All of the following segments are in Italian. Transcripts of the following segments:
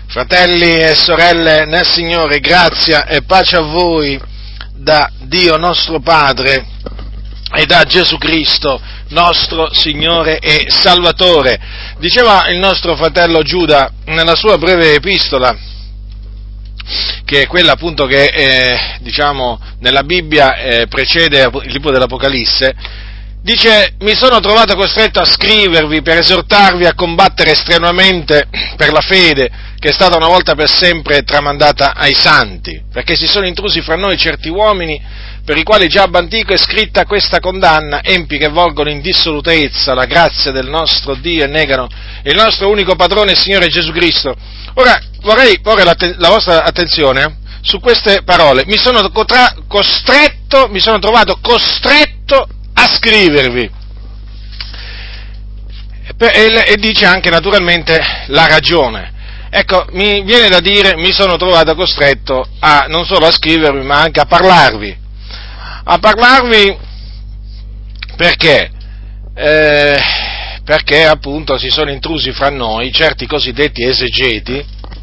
Fratelli e sorelle nel Signore, grazia e pace a voi da Dio nostro Padre e da Gesù Cristo, nostro Signore e Salvatore. Diceva il nostro fratello Giuda nella sua breve epistola, che è quella appunto che nella Bibbia precede il libro dell'Apocalisse. Dice: mi sono trovato costretto a scrivervi per esortarvi a combattere strenuamente per la fede che è stata una volta per sempre tramandata ai santi, perché si sono intrusi fra noi certi uomini per i quali già ab antico è scritta questa condanna, empi che volgono in dissolutezza la grazia del nostro Dio e negano il nostro unico padrone e Signore Gesù Cristo. Ora vorrei porre la vostra attenzione su queste parole: mi sono trovato costretto a scrivervi, e dice anche naturalmente la ragione. Ecco, mi viene da dire, mi sono trovato costretto a non solo a scrivervi ma anche a parlarvi perché appunto si sono intrusi fra noi certi cosiddetti esegeti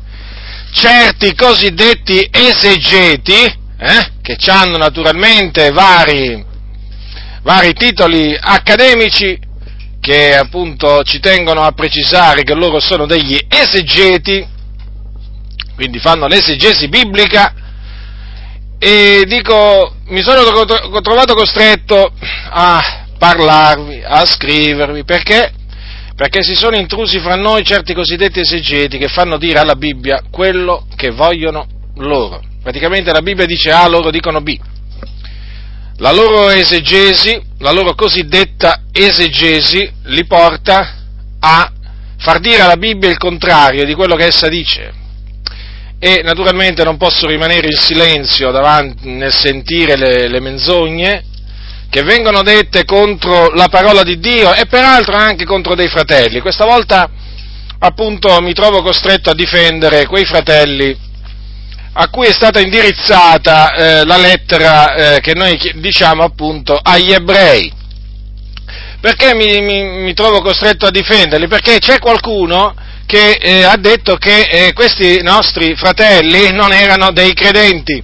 che hanno naturalmente vari titoli accademici, che appunto ci tengono a precisare che loro sono degli esegeti, quindi fanno l'esegesi biblica, e dico, mi sono trovato costretto a parlarvi, a scrivervi, perché si sono intrusi fra noi certi cosiddetti esegeti che fanno dire alla Bibbia quello che vogliono loro. Praticamente la Bibbia dice A, loro dicono B. La loro esegesi, la loro cosiddetta esegesi, li porta a far dire alla Bibbia il contrario di quello che essa dice. E naturalmente non posso rimanere in silenzio nel sentire le menzogne che vengono dette contro la parola di Dio e peraltro anche contro dei fratelli. Questa volta appunto mi trovo costretto a difendere quei fratelli a cui è stata indirizzata la lettera che noi diciamo appunto agli ebrei. Perché mi trovo costretto a difenderli? Perché c'è qualcuno che ha detto che questi nostri fratelli non erano dei credenti,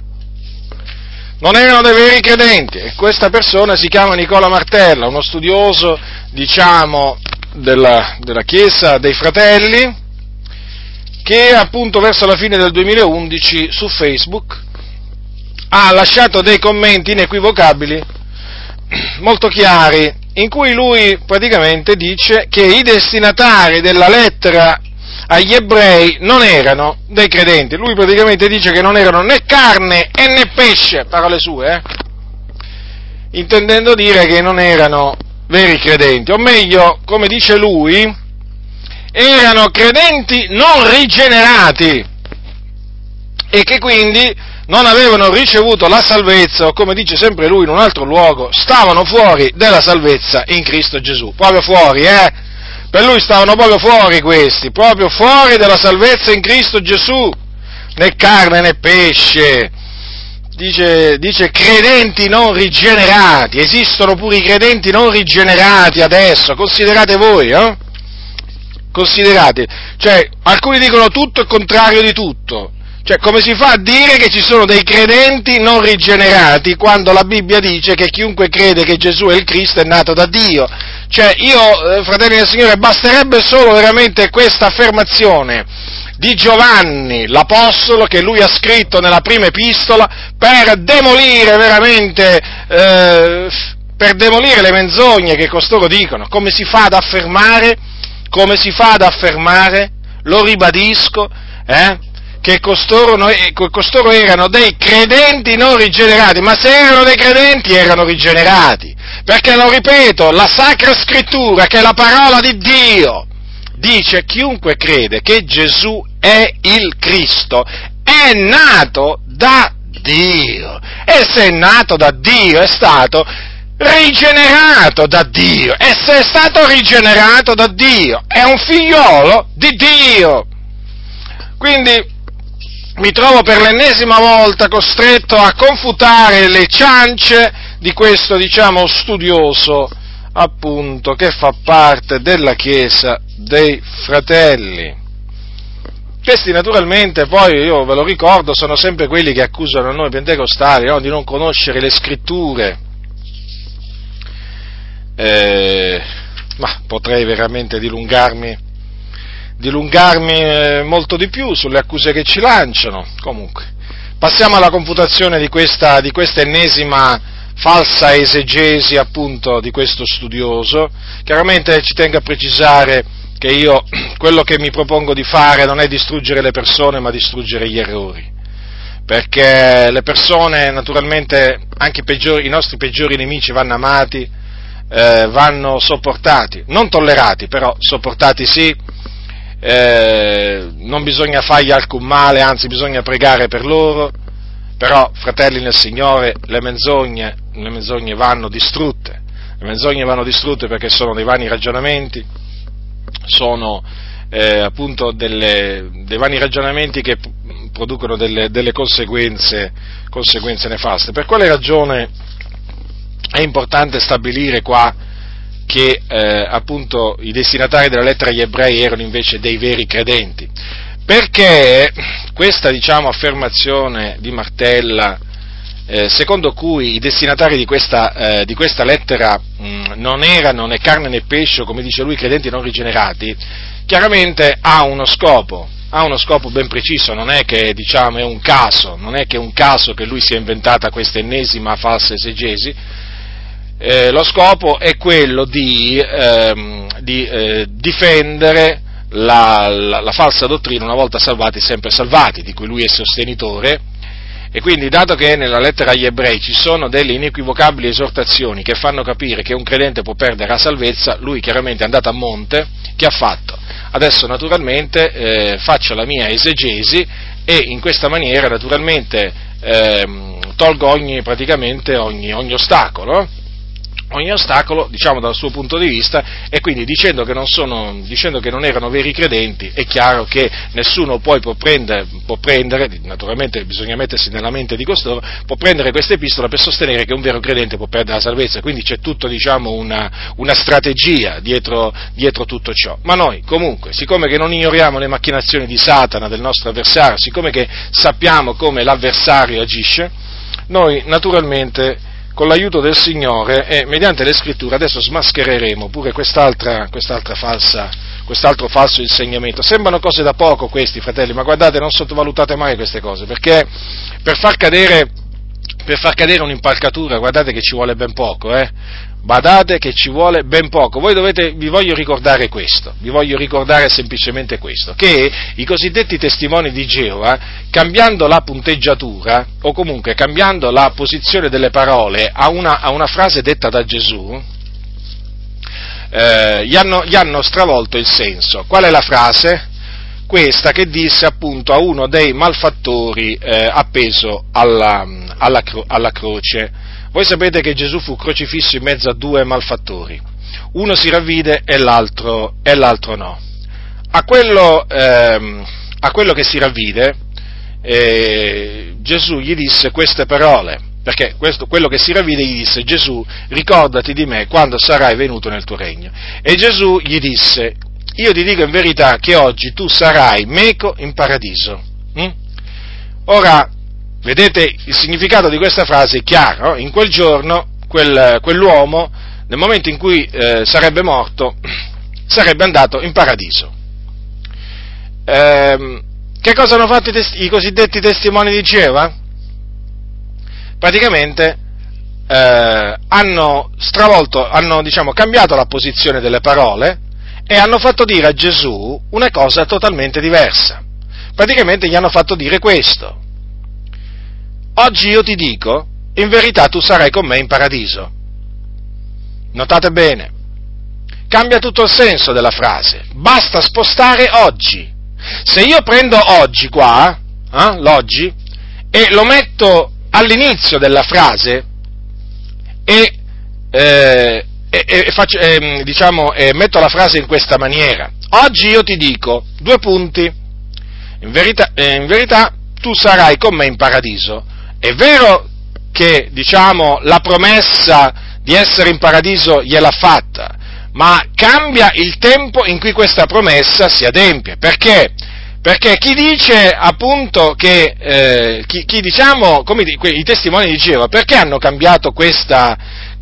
non erano dei veri credenti, e questa persona si chiama Nicola Martella, uno studioso, diciamo, della Chiesa dei Fratelli, che appunto verso la fine del 2011 su Facebook ha lasciato dei commenti inequivocabili, molto chiari, in cui lui praticamente dice che i destinatari della lettera agli ebrei non erano dei credenti. Lui praticamente dice che non erano né carne e né pesce, parole sue, intendendo dire che non erano veri credenti, o meglio, come dice lui, erano credenti non rigenerati e che quindi non avevano ricevuto la salvezza, o come dice sempre lui in un altro luogo, stavano fuori della salvezza in Cristo Gesù, proprio fuori, per lui stavano proprio fuori questi, proprio fuori della salvezza in Cristo Gesù, né carne né pesce, dice credenti non rigenerati, esistono pure i credenti non rigenerati adesso, considerate voi, Considerate, cioè, alcuni dicono tutto il contrario di tutto, cioè, come si fa a dire che ci sono dei credenti non rigenerati quando la Bibbia dice che chiunque crede che Gesù è il Cristo è nato da Dio? Cioè, fratelli del Signore, basterebbe solo veramente questa affermazione di Giovanni, l'Apostolo, che lui ha scritto nella prima epistola, per demolire veramente, per demolire le menzogne che costoro dicono. Come si fa ad affermare, lo ribadisco, che costoro erano dei credenti non rigenerati, ma se erano dei credenti erano rigenerati, perché, lo ripeto, la Sacra Scrittura, che è la parola di Dio, dice: chiunque crede che Gesù è il Cristo è nato da Dio, e se è nato da Dio è stato rigenerato da Dio, e se è stato rigenerato da Dio è un figliolo di Dio. Quindi mi trovo per l'ennesima volta costretto a confutare le ciance di questo, diciamo, studioso, appunto, che fa parte della Chiesa dei Fratelli. questi naturalmente, poi io ve lo ricordo, sono sempre quelli che accusano noi pentecostali, no, di non conoscere le scritture. Ma potrei veramente dilungarmi molto di più sulle accuse che ci lanciano. Comunque, passiamo alla confutazione di questa ennesima falsa esegesi, appunto, di questo studioso. Chiaramente ci tengo a precisare che io quello che mi propongo di fare non è distruggere le persone, ma distruggere gli errori. Perché le persone, naturalmente, anche i nostri peggiori nemici vanno amati, vanno sopportati, non tollerati, però sopportati sì, non bisogna fargli alcun male, anzi bisogna pregare per loro, però, fratelli nel Signore, le menzogne vanno distrutte, perché sono dei vani ragionamenti, sono appunto dei vani ragionamenti che producono delle conseguenze nefaste. Per quale ragione è importante stabilire qua che appunto i destinatari della lettera agli ebrei erano invece dei veri credenti? Perché questa, affermazione di Martella, secondo cui i destinatari di questa lettera non erano né carne né pesce, o come dice lui, credenti non rigenerati, chiaramente ha uno scopo ben preciso, non è che è un caso, che lui sia inventata questa ennesima falsa esegesi. Lo scopo è quello di difendere la falsa dottrina, una volta salvati sempre salvati, di cui lui è sostenitore, e quindi, dato che nella lettera agli ebrei ci sono delle inequivocabili esortazioni che fanno capire che un credente può perdere la salvezza, lui chiaramente è andato a monte. Che ha fatto? Adesso naturalmente faccio la mia esegesi e in questa maniera naturalmente tolgo ogni ostacolo, dal suo punto di vista, e quindi dicendo che non erano veri credenti, è chiaro che nessuno poi può prendere, naturalmente bisogna mettersi nella mente di costoro, può prendere questa epistola per sostenere che un vero credente può perdere la salvezza, quindi c'è tutto, una strategia dietro tutto ciò. Ma noi, comunque, siccome che non ignoriamo le macchinazioni di Satana, del nostro avversario, siccome che sappiamo come l'avversario agisce, noi naturalmente, con l'aiuto del Signore e mediante le scritture, adesso smaschereremo pure quest'altro falso insegnamento. Sembrano cose da poco questi, fratelli, ma guardate, non sottovalutate mai queste cose, perché per far cadere un'impalcatura, guardate che ci vuole ben poco, Badate che ci vuole ben poco. Vi voglio ricordare semplicemente questo, che i cosiddetti testimoni di Geova, cambiando la punteggiatura, o comunque cambiando la posizione delle parole a una frase detta da Gesù, gli hanno stravolto il senso. Qual è la frase? Questa che disse appunto a uno dei malfattori appeso alla croce. Voi sapete che Gesù fu crocifisso in mezzo a due malfattori, uno si ravvide e l'altro no. A quello che si ravvide Gesù gli disse queste parole, perché quello che si ravvide gli disse: Gesù, ricordati di me quando sarai venuto nel tuo regno. E Gesù gli disse: io ti dico in verità che oggi tu sarai meco in paradiso. Ora, vedete, il significato di questa frase è chiaro, no? In quel giorno, quell'uomo, nel momento in cui sarebbe morto, sarebbe andato in paradiso. Che cosa hanno fatto i cosiddetti testimoni di Geova? Praticamente hanno cambiato la posizione delle parole e hanno fatto dire a Gesù una cosa totalmente diversa. Praticamente gli hanno fatto dire questo: oggi io ti dico, in verità tu sarai con me in paradiso. Notate bene, cambia tutto il senso della frase, basta spostare oggi. Se io prendo oggi qua, l'oggi, e lo metto all'inizio della frase e metto la frase in questa maniera: oggi io ti dico, due punti, in verità tu sarai con me in paradiso. È vero che, la promessa di essere in paradiso gliel'ha fatta, ma cambia il tempo in cui questa promessa si adempie. Perché? Perché chi dice appunto che, chi diciamo, come i testimoni di Geova, perché hanno cambiato questa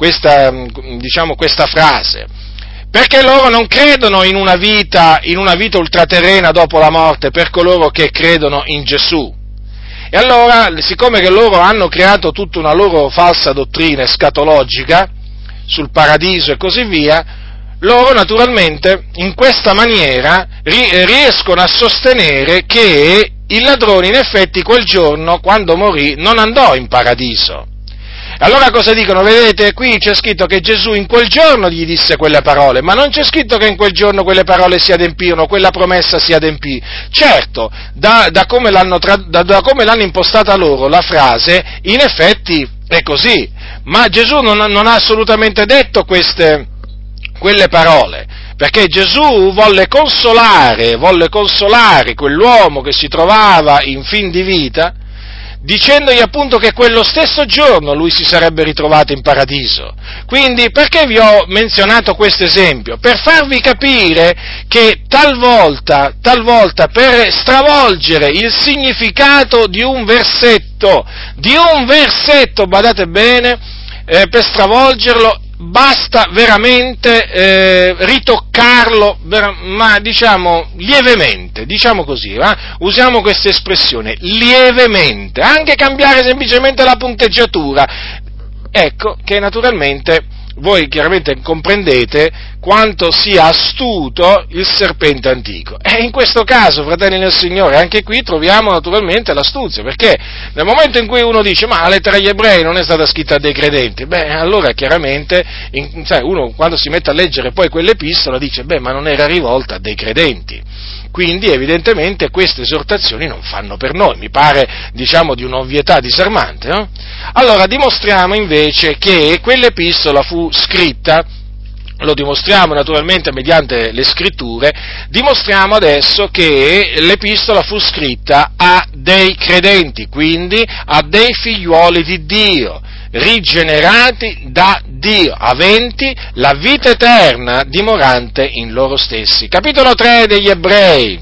frase? Perché loro non credono in una vita ultraterrena dopo la morte per coloro che credono in Gesù. E allora, siccome che loro hanno creato tutta una loro falsa dottrina escatologica sul paradiso e così via, loro naturalmente in questa maniera riescono a sostenere che il ladrone in effetti quel giorno, quando morì, non andò in paradiso. Allora cosa dicono? Vedete, qui c'è scritto che Gesù in quel giorno gli disse quelle parole, ma non c'è scritto che in quel giorno quelle parole si adempirono, quella promessa si adempì. Certo, da come l'hanno impostata loro la frase, in effetti è così, ma Gesù non ha assolutamente detto quelle parole, perché Gesù volle consolare quell'uomo che si trovava in fin di vita, dicendogli appunto che quello stesso giorno lui si sarebbe ritrovato in paradiso. Quindi perché vi ho menzionato questo esempio? Per farvi capire che talvolta per stravolgere il significato di un versetto, badate bene, per stravolgerlo basta veramente ritoccarlo, ma diciamo lievemente, diciamo così, usiamo questa espressione, lievemente, anche cambiare semplicemente la punteggiatura. Ecco che naturalmente voi chiaramente comprendete quanto sia astuto il serpente antico. E in questo caso, fratelli nel Signore, anche qui troviamo naturalmente l'astuzia, perché nel momento in cui uno dice ma la lettera agli ebrei non è stata scritta a dei credenti, allora chiaramente uno quando si mette a leggere poi quell'epistola dice ma non era rivolta a dei credenti. Quindi evidentemente queste esortazioni non fanno per noi, mi pare di un'ovvietà disarmante, no? Allora dimostriamo invece che quell'epistola fu scritta, lo dimostriamo naturalmente mediante le scritture, dimostriamo adesso che l'epistola fu scritta a dei credenti, quindi a dei figliuoli di Dio, rigenerati da Dio, aventi la vita eterna dimorante in loro stessi. Capitolo 3 degli Ebrei,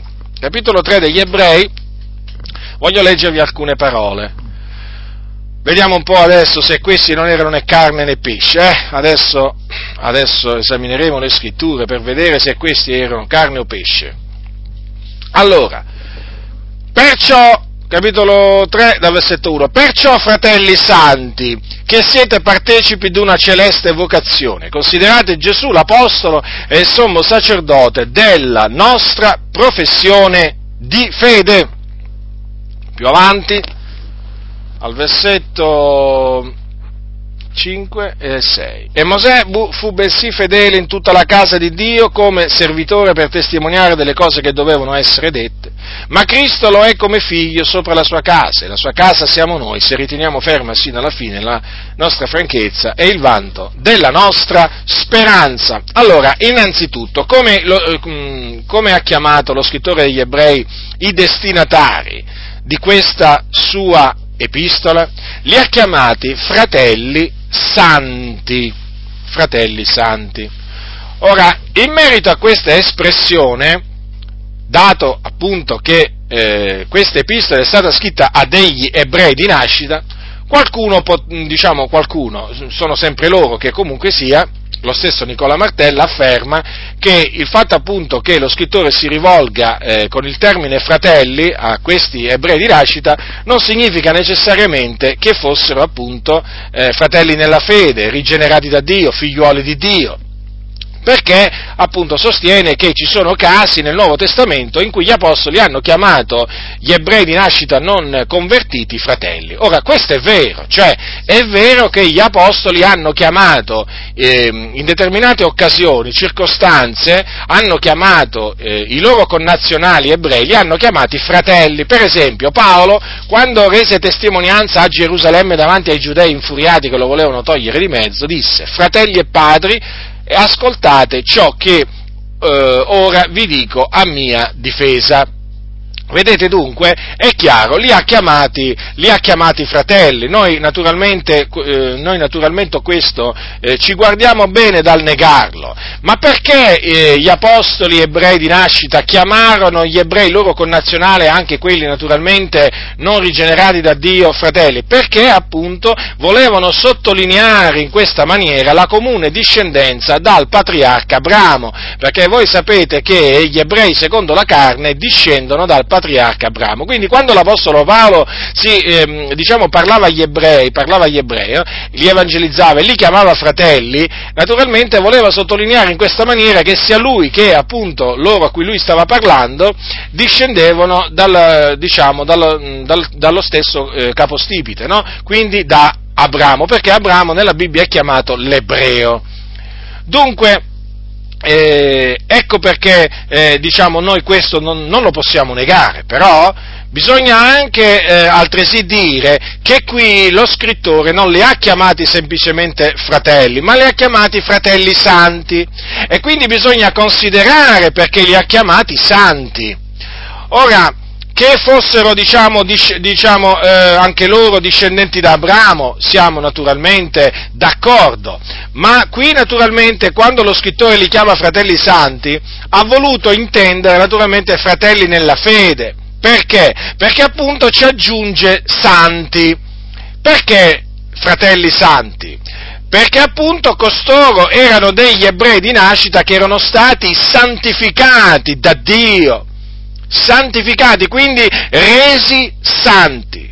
voglio leggervi alcune parole. Vediamo un po' adesso se questi non erano né carne né pesce, Adesso esamineremo le scritture per vedere se questi erano carne o pesce. Allora, perciò, capitolo 3, dal versetto 1, perciò fratelli santi, che siete partecipi di una celeste vocazione, considerate Gesù l'apostolo e il sommo sacerdote della nostra professione di fede. Più avanti, al versetto 5 e 6. E Mosè fu bensì fedele in tutta la casa di Dio come servitore per testimoniare delle cose che dovevano essere dette, ma Cristo lo è come figlio sopra la sua casa, e la sua casa siamo noi, se riteniamo ferma sino alla fine la nostra franchezza e il vanto della nostra speranza. Allora, innanzitutto, come ha chiamato lo scrittore degli Ebrei i destinatari di questa sua epistola? Li ha chiamati fratelli santi. Ora, in merito a questa espressione, dato appunto che questa epistola è stata scritta a degli ebrei di nascita, qualcuno, sono sempre loro che comunque sia, lo stesso Nicola Martella afferma che il fatto appunto che lo scrittore si rivolga con il termine fratelli a questi ebrei di nascita non significa necessariamente che fossero appunto fratelli nella fede, rigenerati da Dio, figliuoli di Dio, perché appunto sostiene che ci sono casi nel Nuovo Testamento in cui gli apostoli hanno chiamato gli ebrei di nascita non convertiti fratelli. Ora, questo è vero, cioè è vero che gli apostoli hanno chiamato in determinate occasioni, circostanze, hanno chiamato i loro connazionali ebrei, li hanno chiamati fratelli. Per esempio Paolo, quando rese testimonianza a Gerusalemme davanti ai giudei infuriati che lo volevano togliere di mezzo, disse: fratelli e padri, ascoltate ciò che ora vi dico a mia difesa. Vedete dunque, è chiaro, li ha chiamati fratelli. Noi naturalmente questo ci guardiamo bene dal negarlo. Ma perché gli apostoli ebrei di nascita chiamarono gli ebrei loro connazionali, anche quelli naturalmente non rigenerati da Dio, fratelli? Perché appunto volevano sottolineare in questa maniera la comune discendenza dal patriarca Abramo, perché voi sapete che gli ebrei secondo la carne discendono dal patriarca Abramo. Quindi quando l'apostolo Paolo parlava agli ebrei, li evangelizzava e li chiamava fratelli, naturalmente voleva sottolineare in questa maniera che sia lui che appunto loro a cui lui stava parlando discendevano dallo stesso capostipite, no? Quindi da Abramo, perché Abramo nella Bibbia è chiamato l'ebreo. Dunque, ecco perché noi questo non lo possiamo negare, però bisogna anche altresì dire che qui lo scrittore non li ha chiamati semplicemente fratelli, ma li ha chiamati fratelli santi, e quindi bisogna considerare perché li ha chiamati santi. Ora, che fossero, anche loro discendenti da Abramo, siamo naturalmente d'accordo, ma qui naturalmente quando lo scrittore li chiama fratelli santi, ha voluto intendere naturalmente fratelli nella fede. Perché? Perché appunto ci aggiunge santi. Perché fratelli santi? Perché appunto costoro erano degli ebrei di nascita che erano stati santificati da Dio. Santificati, quindi resi santi.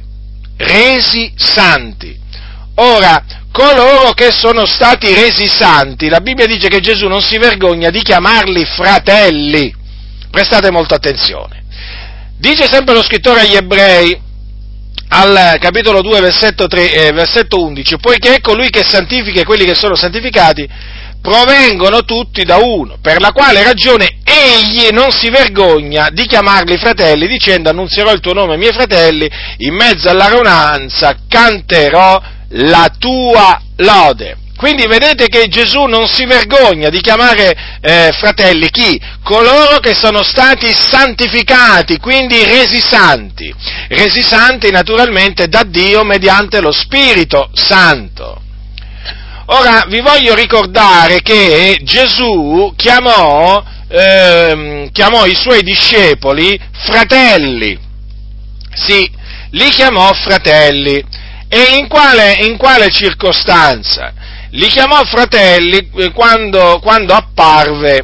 Ora, coloro che sono stati resi santi, la Bibbia dice che Gesù non si vergogna di chiamarli fratelli. Prestate molta attenzione. Dice sempre lo scrittore agli Ebrei, al capitolo 2, versetto 11, poiché colui che santifica e quelli che sono santificati provengono tutti da uno, per la quale ragione egli non si vergogna di chiamarli fratelli, dicendo: annunzierò il tuo nome ai miei fratelli, in mezzo alla raunanza canterò la tua lode. Quindi vedete che Gesù non si vergogna di chiamare fratelli chi? Coloro che sono stati santificati, quindi resi santi naturalmente da Dio mediante lo Spirito Santo. Ora, vi voglio ricordare che Gesù chiamò i suoi discepoli fratelli. Sì, li chiamò fratelli. E in quale circostanza? Li chiamò fratelli quando apparve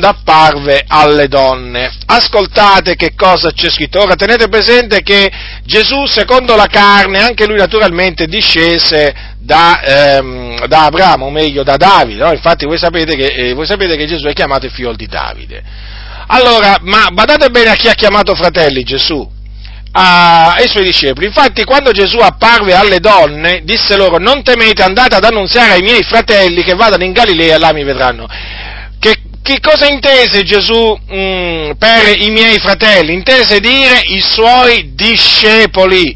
alle donne. Ascoltate che cosa c'è scritto. Ora tenete presente che Gesù, secondo la carne, anche lui naturalmente discese da Abramo, o meglio da Davide, no? Infatti voi sapete che Gesù è chiamato il figlio di Davide. Allora, ma badate bene a chi ha chiamato fratelli Gesù? Ai suoi discepoli. Infatti, quando Gesù apparve alle donne, disse loro: non temete, andate ad annunziare ai miei fratelli che vadano in Galilea, là mi vedranno. Che cosa intese Gesù per i miei fratelli? Intese dire i suoi discepoli.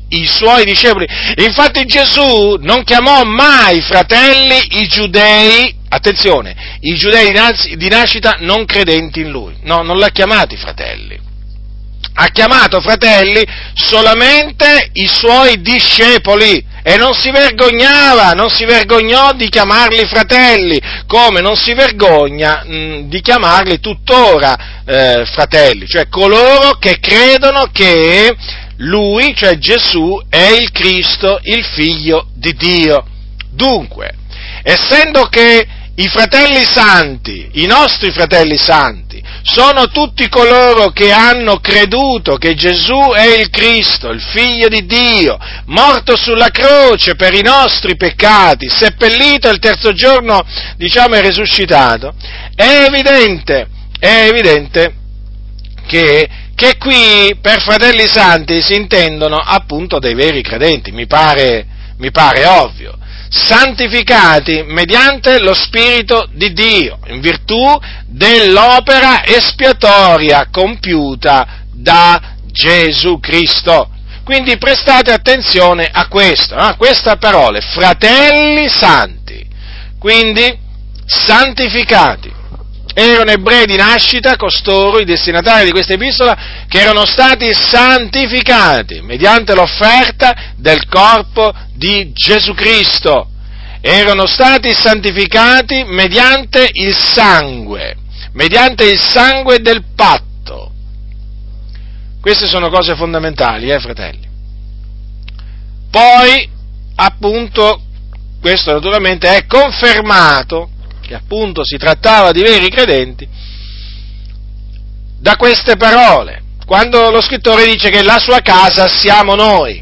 Infatti Gesù non chiamò mai fratelli i giudei, attenzione, i giudei di nascita non credenti in Lui. No, non l'ha chiamati fratelli. Ha chiamato fratelli solamente i suoi discepoli e non si vergognò di chiamarli fratelli, come non si vergogna di chiamarli tuttora fratelli, cioè coloro che credono che Lui, cioè Gesù, è il Cristo, il Figlio di Dio. Dunque, essendo che i fratelli santi, i nostri fratelli santi, sono tutti coloro che hanno creduto che Gesù è il Cristo, il Figlio di Dio, morto sulla croce per i nostri peccati, seppellito e il terzo giorno, è risuscitato. È evidente che qui per fratelli santi si intendono appunto dei veri credenti, mi pare ovvio. Santificati mediante lo Spirito di Dio, in virtù dell'opera espiatoria compiuta da Gesù Cristo. Quindi prestate attenzione a questo, a queste parole, fratelli santi, quindi santificati. erano ebrei di nascita, costoro, i destinatari di questa epistola, che erano stati santificati mediante l'offerta del corpo di Gesù Cristo. Erano stati santificati mediante il sangue del patto. Queste sono cose fondamentali, fratelli. Poi, appunto, questo naturalmente è confermato, che appunto si trattava di veri credenti, da queste parole, quando lo scrittore dice che la sua casa siamo noi.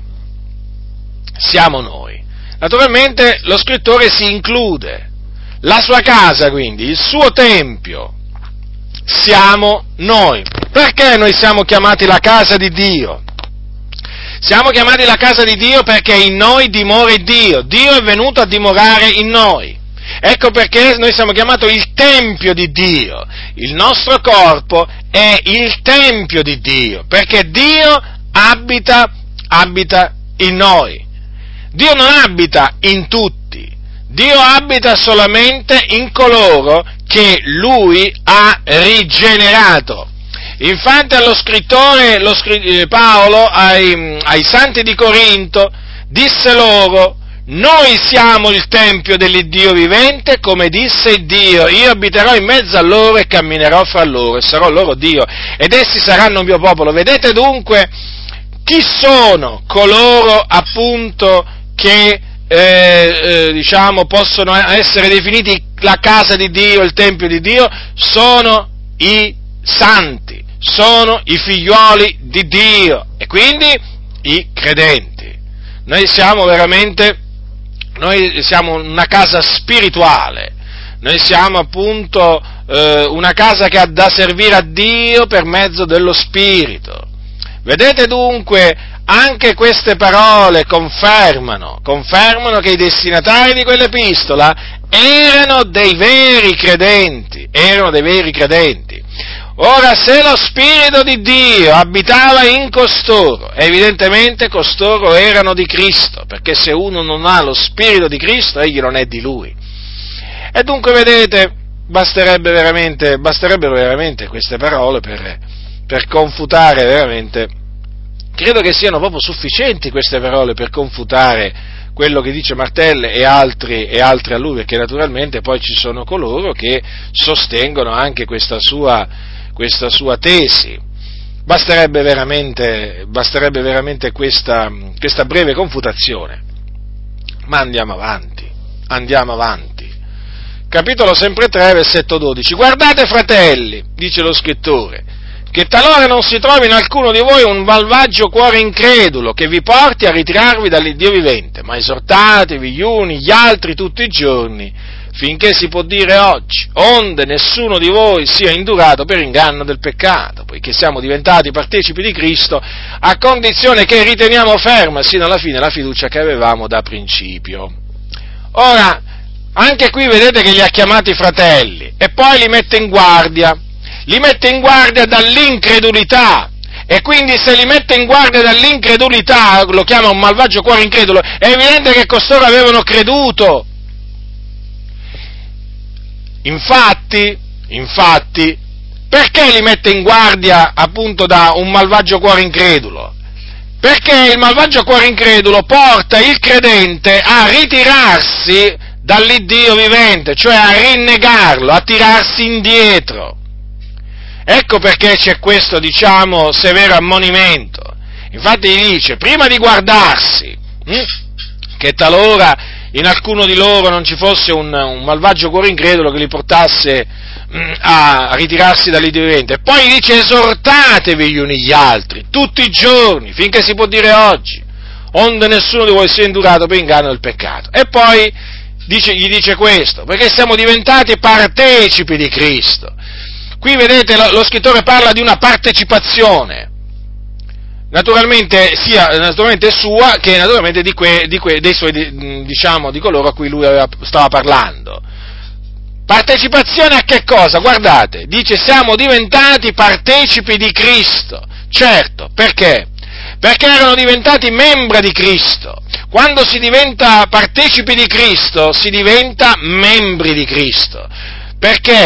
Naturalmente lo scrittore si include, la sua casa quindi, il suo tempio, siamo noi. Perché noi siamo chiamati la casa di Dio? Siamo chiamati la casa di Dio perché in noi dimora Dio. Dio è venuto a dimorare in noi. Ecco perché noi siamo chiamati il Tempio di Dio. Il nostro corpo è il Tempio di Dio, perché Dio abita in noi. Dio non abita in tutti, Dio abita solamente in coloro che Lui ha rigenerato. Infatti allo scrittore, Paolo ai santi di Corinto disse loro: noi siamo il Tempio dell'Iddio vivente, come disse Dio, io abiterò in mezzo a loro e camminerò fra loro e sarò loro Dio ed essi saranno un mio popolo. Vedete dunque chi sono coloro appunto che possono essere definiti la casa di Dio, il Tempio di Dio? Sono i santi, sono i figlioli di Dio e quindi i credenti. Noi siamo una casa spirituale, noi siamo appunto una casa che ha da servire a Dio per mezzo dello Spirito. Vedete dunque, anche queste parole confermano che i destinatari di quell'epistola erano dei veri credenti. Ora, se lo Spirito di Dio abitava in costoro, evidentemente costoro erano di Cristo, perché se uno non ha lo Spirito di Cristo, egli non è di Lui. E dunque, vedete, basterebbero veramente queste parole per confutare veramente. Credo che siano proprio sufficienti queste parole per confutare quello che dice Martelle e altri a lui, perché naturalmente poi ci sono coloro che sostengono anche questa sua tesi. Basterebbe veramente questa breve confutazione. Ma andiamo avanti. Capitolo sempre 3, versetto 12. Guardate, fratelli, dice lo scrittore, che talora non si trovi in alcuno di voi un malvagio cuore incredulo che vi porti a ritirarvi dall'Iddio vivente, ma esortatevi gli uni gli altri tutti i giorni, finché si può dire oggi, onde nessuno di voi sia indurato per inganno del peccato, poiché siamo diventati partecipi di Cristo, a condizione che riteniamo ferma sino alla fine la fiducia che avevamo da principio. Ora, anche qui vedete che li ha chiamati fratelli, e poi li mette in guardia dall'incredulità, e quindi se li mette in guardia dall'incredulità, lo chiama un malvagio cuore incredulo, è evidente che costoro avevano creduto. Infatti, perché li mette in guardia appunto da un malvagio cuore incredulo? Perché il malvagio cuore incredulo porta il credente a ritirarsi dall'Iddio vivente, cioè a rinnegarlo, a tirarsi indietro. Ecco perché c'è questo, severo ammonimento. Infatti dice, prima di guardarsi, che talora in alcuno di loro non ci fosse un malvagio cuore incredulo che li portasse a ritirarsi dall'Iddio vivente, e poi dice esortatevi gli uni gli altri, tutti i giorni, finché si può dire oggi, onde nessuno di voi sia indurato per inganno del peccato. E poi gli dice questo, perché siamo diventati partecipi di Cristo. Qui vedete lo scrittore parla di una partecipazione, naturalmente sua, che naturalmente dei suoi, di coloro a cui lui stava parlando. Partecipazione a che cosa? Guardate, dice siamo diventati partecipi di Cristo. Certo, perché? Perché erano diventati membri di Cristo. Quando si diventa partecipi di Cristo, si diventa membri di Cristo. Perché?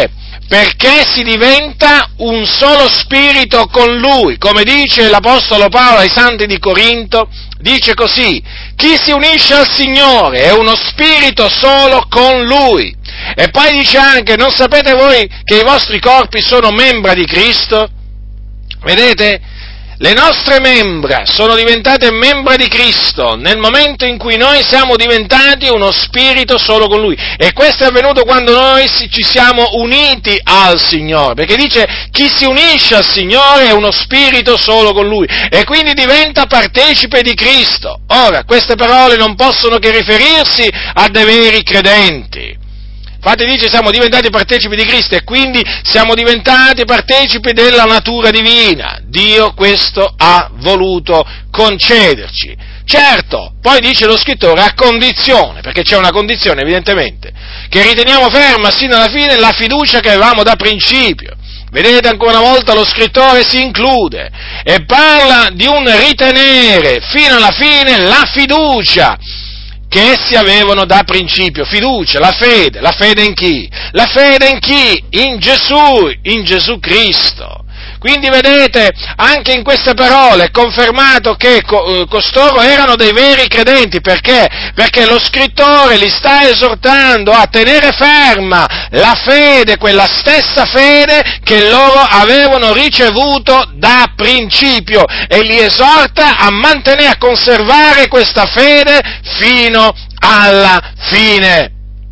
Perché si diventa un solo spirito con Lui, come dice l'Apostolo Paolo ai Santi di Corinto, dice così: chi si unisce al Signore è uno spirito solo con Lui. E poi dice anche: non sapete voi che i vostri corpi sono membra di Cristo? Vedete? Le nostre membra sono diventate membra di Cristo nel momento in cui noi siamo diventati uno spirito solo con Lui. E questo è avvenuto quando noi ci siamo uniti al Signore, perché dice: chi si unisce al Signore è uno spirito solo con Lui, e quindi diventa partecipe di Cristo. Ora, queste parole non possono che riferirsi a dei veri credenti. Infatti dice: siamo diventati partecipi di Cristo, e quindi siamo diventati partecipi della natura divina. Dio questo ha voluto concederci. Certo, poi dice lo scrittore, a condizione, perché c'è una condizione evidentemente, che riteniamo ferma sino alla fine la fiducia che avevamo da principio. Vedete, ancora una volta lo scrittore si include e parla di un ritenere fino alla fine la fiducia che essi avevano da principio. Fiducia, la fede in chi? La fede in chi? In Gesù Cristo. Quindi vedete, anche in queste parole è confermato che costoro erano dei veri credenti. Perché? Perché lo scrittore li sta esortando a tenere ferma la fede, quella stessa fede che loro avevano ricevuto da principio, e li esorta a mantenere, a conservare questa fede fino alla fine.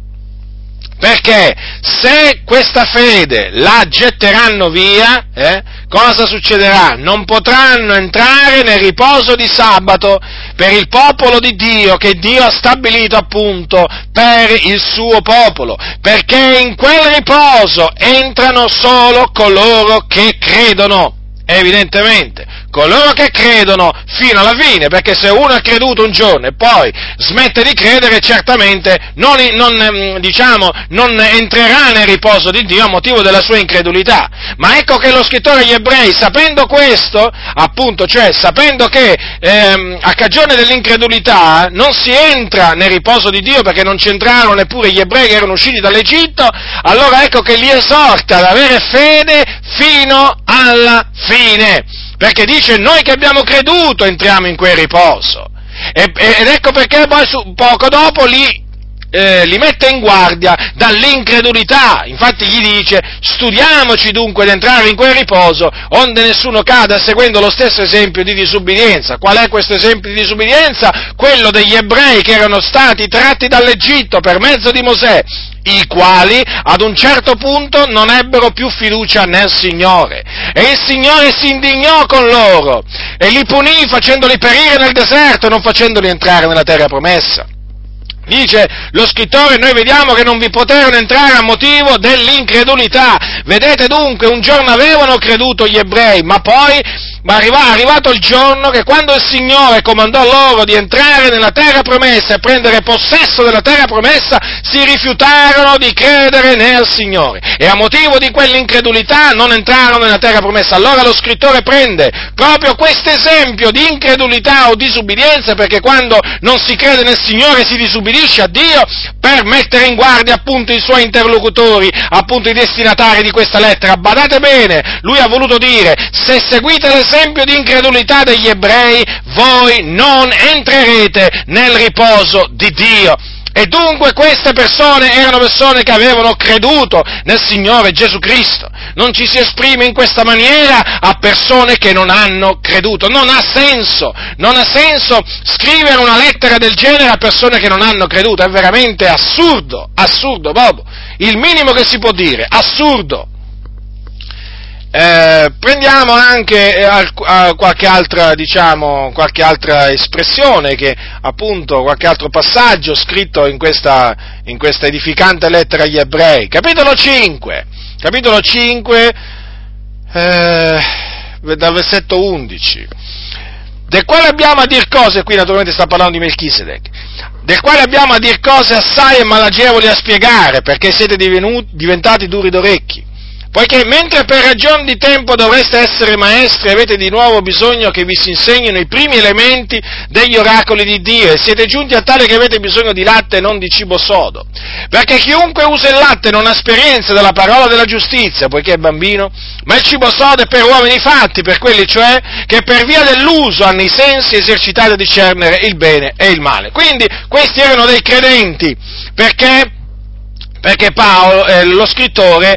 Perché se questa fede la getteranno via, cosa succederà? Non potranno entrare nel riposo di sabato per il popolo di Dio, che Dio ha stabilito appunto per il suo popolo, perché in quel riposo entrano solo coloro che credono. Evidentemente, coloro che credono fino alla fine, perché se uno ha creduto un giorno e poi smette di credere, certamente non entrerà nel riposo di Dio a motivo della sua incredulità. Ma ecco che lo scrittore agli Ebrei, sapendo questo, appunto, cioè sapendo che a cagione dell'incredulità non si entra nel riposo di Dio, perché non c'entrarono neppure gli Ebrei che erano usciti dall'Egitto, allora ecco che li esorta ad avere fede fino alla fine, perché dice: noi che abbiamo creduto entriamo in quel riposo. Ed ecco perché poi poco dopo li mette in guardia dall'incredulità. Infatti gli dice: studiamoci dunque ad entrare in quel riposo, onde nessuno cada seguendo lo stesso esempio di disubbidienza. Qual è questo esempio di disubbidienza? Quello degli ebrei che erano stati tratti dall'Egitto per mezzo di Mosè, i quali ad un certo punto non ebbero più fiducia nel Signore, e il Signore si indignò con loro e li punì facendoli perire nel deserto e non facendoli entrare nella terra promessa. Dice lo scrittore: noi vediamo che non vi poterono entrare a motivo dell'incredulità. Vedete dunque, un giorno avevano creduto gli ebrei, ma poi arrivato il giorno che, quando il Signore comandò loro di entrare nella terra promessa e prendere possesso della terra promessa, si rifiutarono di credere nel Signore, e a motivo di quell'incredulità non entrarono nella terra promessa. Allora lo scrittore prende proprio questo esempio di incredulità o disubbidienza, perché quando non si crede nel Signore si disubbidisce a Dio, per mettere in guardia appunto i suoi interlocutori, appunto i destinatari di questa lettera. Badate bene, lui ha voluto dire: se seguite l'esempio di incredulità degli ebrei, voi non entrerete nel riposo di Dio. E dunque queste persone erano persone che avevano creduto nel Signore Gesù Cristo. Non ci si esprime in questa maniera a persone che non hanno creduto. Non ha senso scrivere una lettera del genere a persone che non hanno creduto. È veramente assurdo proprio. Il minimo che si può dire, assurdo. Prendiamo anche qualche altra espressione, che appunto qualche altro passaggio scritto in questa edificante lettera agli Ebrei. Capitolo 5, dal versetto 11, del quale abbiamo a dir cose, qui naturalmente sta parlando di Melchisedec, del quale abbiamo a dir cose assai e malagevoli a spiegare, perché siete diventati duri d'orecchi. Poiché mentre per ragion di tempo dovreste essere maestri, avete di nuovo bisogno che vi si insegnino i primi elementi degli oracoli di Dio, e siete giunti a tale che avete bisogno di latte e non di cibo sodo. Perché chiunque usa il latte non ha esperienza della parola della giustizia, poiché è bambino, ma il cibo sodo è per uomini fatti, per quelli cioè che per via dell'uso hanno i sensi esercitati a discernere il bene e il male. Quindi questi erano dei credenti, perché Paolo, lo scrittore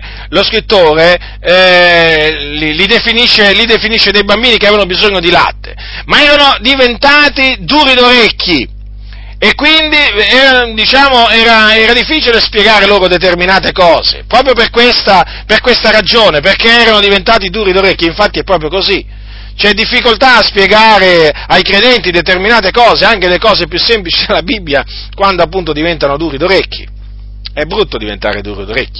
li definisce dei bambini che avevano bisogno di latte, ma erano diventati duri d'orecchi, e quindi era difficile spiegare loro determinate cose, proprio per questa ragione, perché erano diventati duri d'orecchi. Infatti è proprio così. C'è difficoltà a spiegare ai credenti determinate cose, anche le cose più semplici della Bibbia, quando appunto diventano duri d'orecchi. È brutto diventare duro d'orecchi.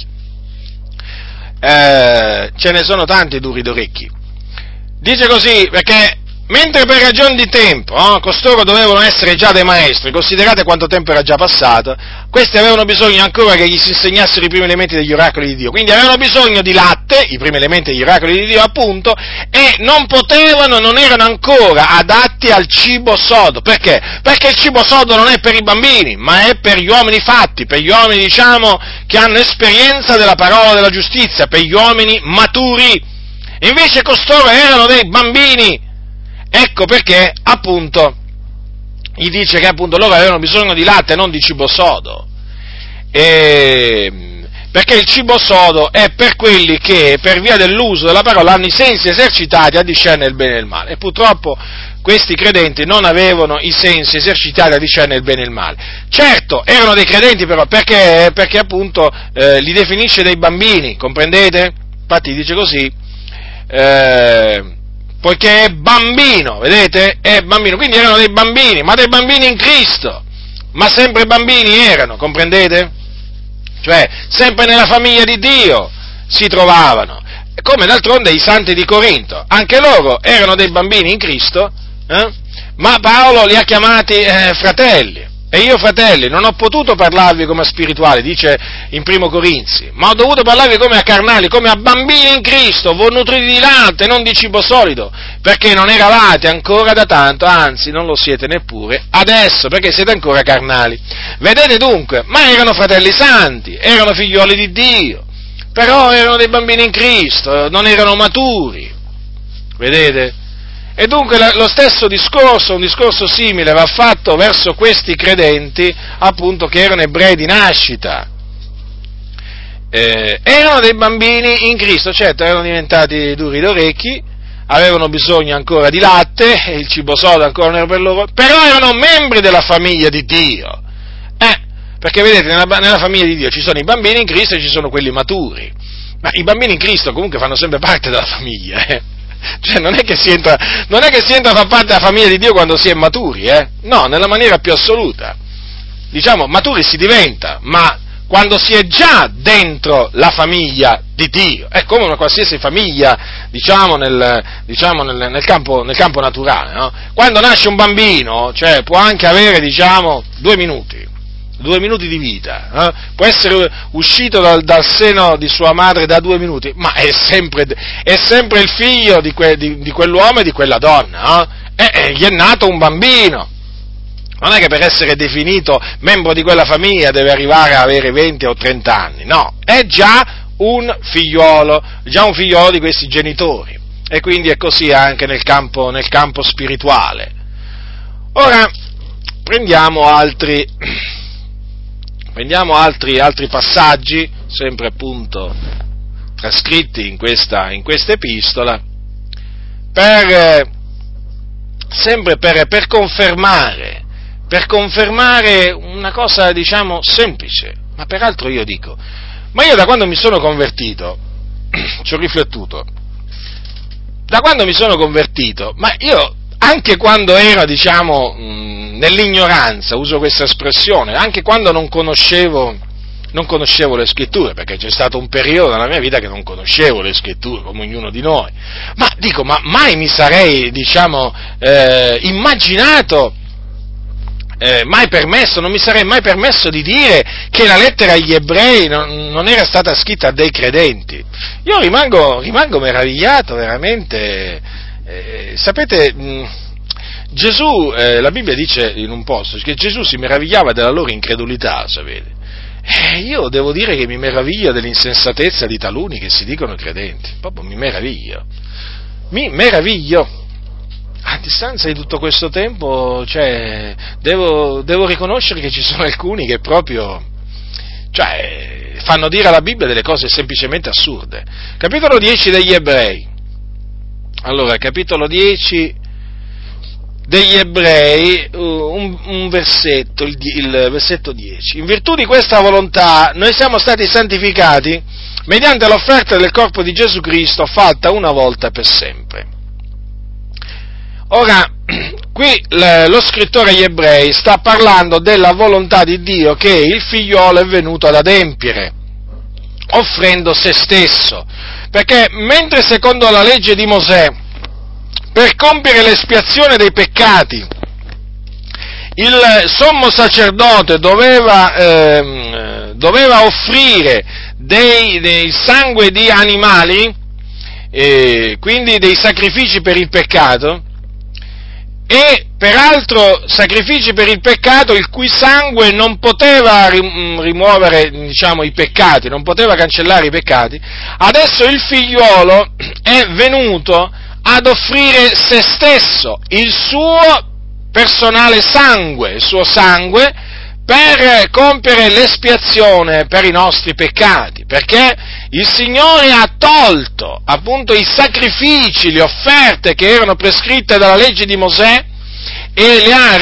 Ce ne sono tanti duri d'orecchi. Dice così perché mentre per ragioni di tempo costoro dovevano essere già dei maestri, considerate quanto tempo era già passato, questi avevano bisogno ancora che gli si insegnassero i primi elementi degli oracoli di Dio, quindi avevano bisogno di latte, i primi elementi degli oracoli di Dio appunto, e non erano ancora adatti al cibo sodo. Perché? Perché il cibo sodo non è per i bambini, ma è per gli uomini fatti, per gli uomini che hanno esperienza della parola della giustizia, per gli uomini maturi. Invece costoro erano dei bambini. Ecco perché, appunto, gli dice che appunto loro avevano bisogno di latte e non di cibo sodo. Perché il cibo sodo è per quelli che, per via dell'uso della parola, hanno i sensi esercitati a discernere il bene e il male. E purtroppo questi credenti non avevano i sensi esercitati a discernere il bene e il male. Certo, erano dei credenti però, perché appunto li definisce dei bambini, comprendete? Infatti dice così, poiché è bambino, vedete? È bambino, quindi erano dei bambini, ma dei bambini in Cristo, ma sempre bambini erano, comprendete? Cioè, sempre nella famiglia di Dio si trovavano, come d'altronde i santi di Corinto, anche loro erano dei bambini in Cristo, ma Paolo li ha chiamati fratelli. E io, fratelli, non ho potuto parlarvi come a spirituali, dice in Primo Corinzi, ma ho dovuto parlarvi come a carnali, come a bambini in Cristo, voi nutriti di latte, non di cibo solido, perché non eravate ancora da tanto, anzi non lo siete neppure adesso, perché siete ancora carnali. Vedete dunque, ma erano fratelli santi, erano figlioli di Dio, però erano dei bambini in Cristo, non erano maturi, vedete? E dunque lo stesso discorso, un discorso simile, va fatto verso questi credenti, appunto, che erano ebrei di nascita. Erano dei bambini in Cristo, certo, erano diventati duri d'orecchi, avevano bisogno ancora di latte, e il cibo sodo ancora non era per loro, però erano membri della famiglia di Dio. Perché vedete, nella famiglia di Dio ci sono i bambini in Cristo e ci sono quelli maturi. Ma i bambini in Cristo comunque fanno sempre parte della famiglia, Cioè non è che si entra a far parte della famiglia di Dio quando si è maturi, No, nella maniera più assoluta. Diciamo, maturi si diventa, ma quando si è già dentro la famiglia di Dio, è come una qualsiasi famiglia, nel campo naturale, no? Quando nasce un bambino, cioè può anche avere, 2 minuti di vita, può essere uscito dal seno di sua madre da 2 minuti, ma è sempre il figlio di quell'uomo e di quella donna, gli è nato un bambino. Non è che per essere definito membro di quella famiglia deve arrivare a avere 20 o 30 anni, no, è già un figliolo di questi genitori, e quindi è così anche nel campo spirituale. Ora, prendiamo altri passaggi, sempre appunto trascritti in questa epistola, per confermare una cosa, semplice, ma peraltro io dico, ma io da quando mi sono convertito, ci ho riflettuto, ma io, anche quando ero, nell'ignoranza, uso questa espressione, anche quando non conoscevo le scritture, perché c'è stato un periodo nella mia vita che non conoscevo le scritture, come ognuno di noi, ma mai mi sarei, immaginato mai permesso, non mi sarei mai permesso di dire che la lettera agli ebrei non era stata scritta a dei credenti. Io rimango meravigliato veramente. Sapete, Gesù, la Bibbia dice in un posto che Gesù si meravigliava della loro incredulità, sapete? Io devo dire che mi meraviglio dell'insensatezza di taluni che si dicono credenti, proprio mi meraviglio. A distanza di tutto questo tempo, devo riconoscere che ci sono alcuni che proprio, fanno dire alla Bibbia delle cose semplicemente assurde. Capitolo 10 degli Ebrei. Allora, capitolo 10 degli Ebrei, un versetto, il versetto 10. In virtù di questa volontà noi siamo stati santificati mediante l'offerta del corpo di Gesù Cristo fatta una volta per sempre. Ora, qui lo scrittore agli Ebrei sta parlando della volontà di Dio che il figliolo è venuto ad adempiere, offrendo se stesso, perché mentre secondo la legge di Mosè, per compiere l'espiazione dei peccati, il sommo sacerdote doveva offrire dei sangue di animali, quindi dei sacrifici per il peccato, e peraltro sacrifici per il peccato il cui sangue non poteva rimuovere, i peccati, non poteva cancellare i peccati. Adesso il figliolo è venuto ad offrire se stesso, il suo personale sangue, il suo sangue, per compiere l'espiazione per i nostri peccati, perché il Signore ha tolto appunto i sacrifici, le offerte che erano prescritte dalla legge di Mosè e le ha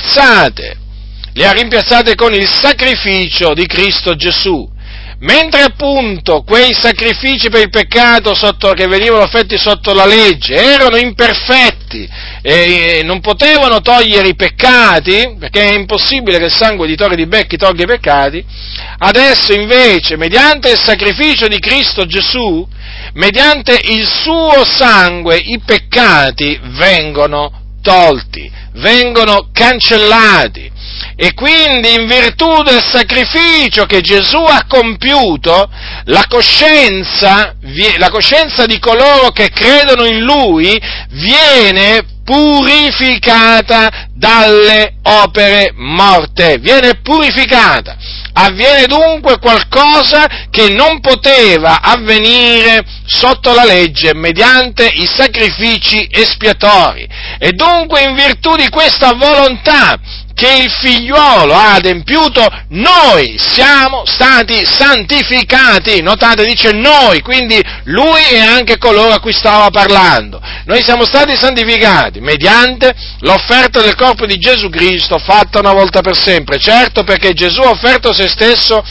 rimpiazzate con il sacrificio di Cristo Gesù. Mentre appunto quei sacrifici per il peccato che venivano offerti sotto la legge erano imperfetti e non potevano togliere i peccati, perché è impossibile che il sangue di tori di becchi tolga i peccati, adesso invece, mediante il sacrificio di Cristo Gesù, mediante il suo sangue, i peccati vengono tolti, vengono cancellati. E quindi in virtù del sacrificio che Gesù ha compiuto, la coscienza di coloro che credono in Lui viene purificata dalle opere morte, viene purificata. Avviene dunque qualcosa che non poteva avvenire sotto la legge mediante i sacrifici espiatori. E dunque in virtù di questa volontà che il figliuolo ha adempiuto, noi siamo stati santificati. Notate, dice noi, quindi lui e anche coloro a cui stava parlando. Noi siamo stati santificati mediante l'offerta del corpo di Gesù Cristo fatta una volta per sempre. Certo, perché Gesù ha offerto se stesso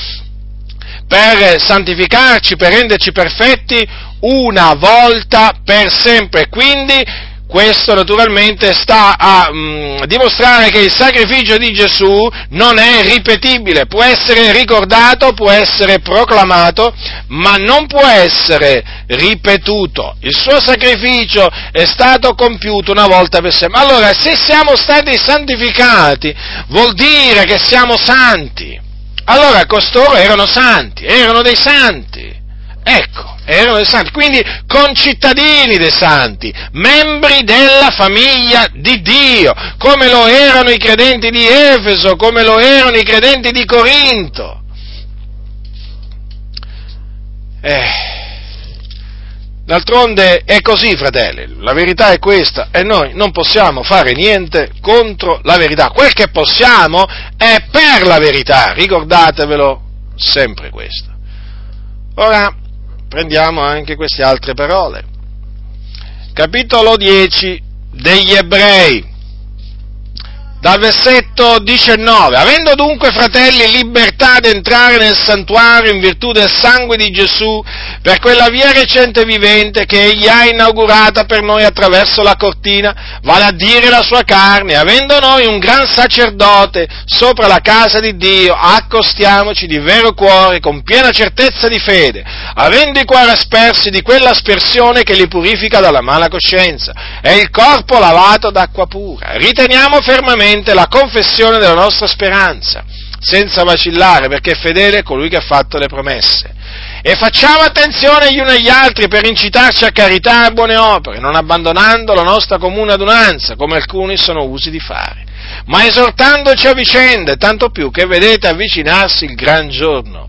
per santificarci, per renderci perfetti una volta per sempre. Quindi questo naturalmente sta a dimostrare che il sacrificio di Gesù non è ripetibile, può essere ricordato, può essere proclamato, ma non può essere ripetuto. Il suo sacrificio è stato compiuto una volta per sempre. Allora, se siamo stati santificati, vuol dire che siamo santi. Allora, costoro erano santi, erano dei santi. Ecco, erano dei santi, quindi concittadini dei santi, membri della famiglia di Dio, come lo erano i credenti di Efeso, come lo erano i credenti di Corinto. D'altronde è così, fratelli, la verità è questa e noi non possiamo fare niente contro la verità. Quel che possiamo è per la verità, ricordatevelo sempre questo. Ora, prendiamo anche queste altre parole. Capitolo 10 degli Ebrei, dal versetto 19. Avendo dunque, fratelli, libertà di entrare nel santuario in virtù del sangue di Gesù, per quella via recente e vivente che Egli ha inaugurata per noi attraverso la cortina, vale a dire la sua carne, avendo noi un gran sacerdote sopra la casa di Dio, accostiamoci di vero cuore, con piena certezza di fede, avendo i cuori aspersi di quella aspersione che li purifica dalla mala coscienza, e il corpo lavato d'acqua pura. Riteniamo fermamente naturalmente la confessione della nostra speranza, senza vacillare, perché è fedele colui che ha fatto le promesse. E facciamo attenzione gli uni agli altri per incitarci a carità e buone opere, non abbandonando la nostra comune adunanza, come alcuni sono usi di fare, ma esortandoci a vicenda, tanto più che vedete avvicinarsi il gran giorno.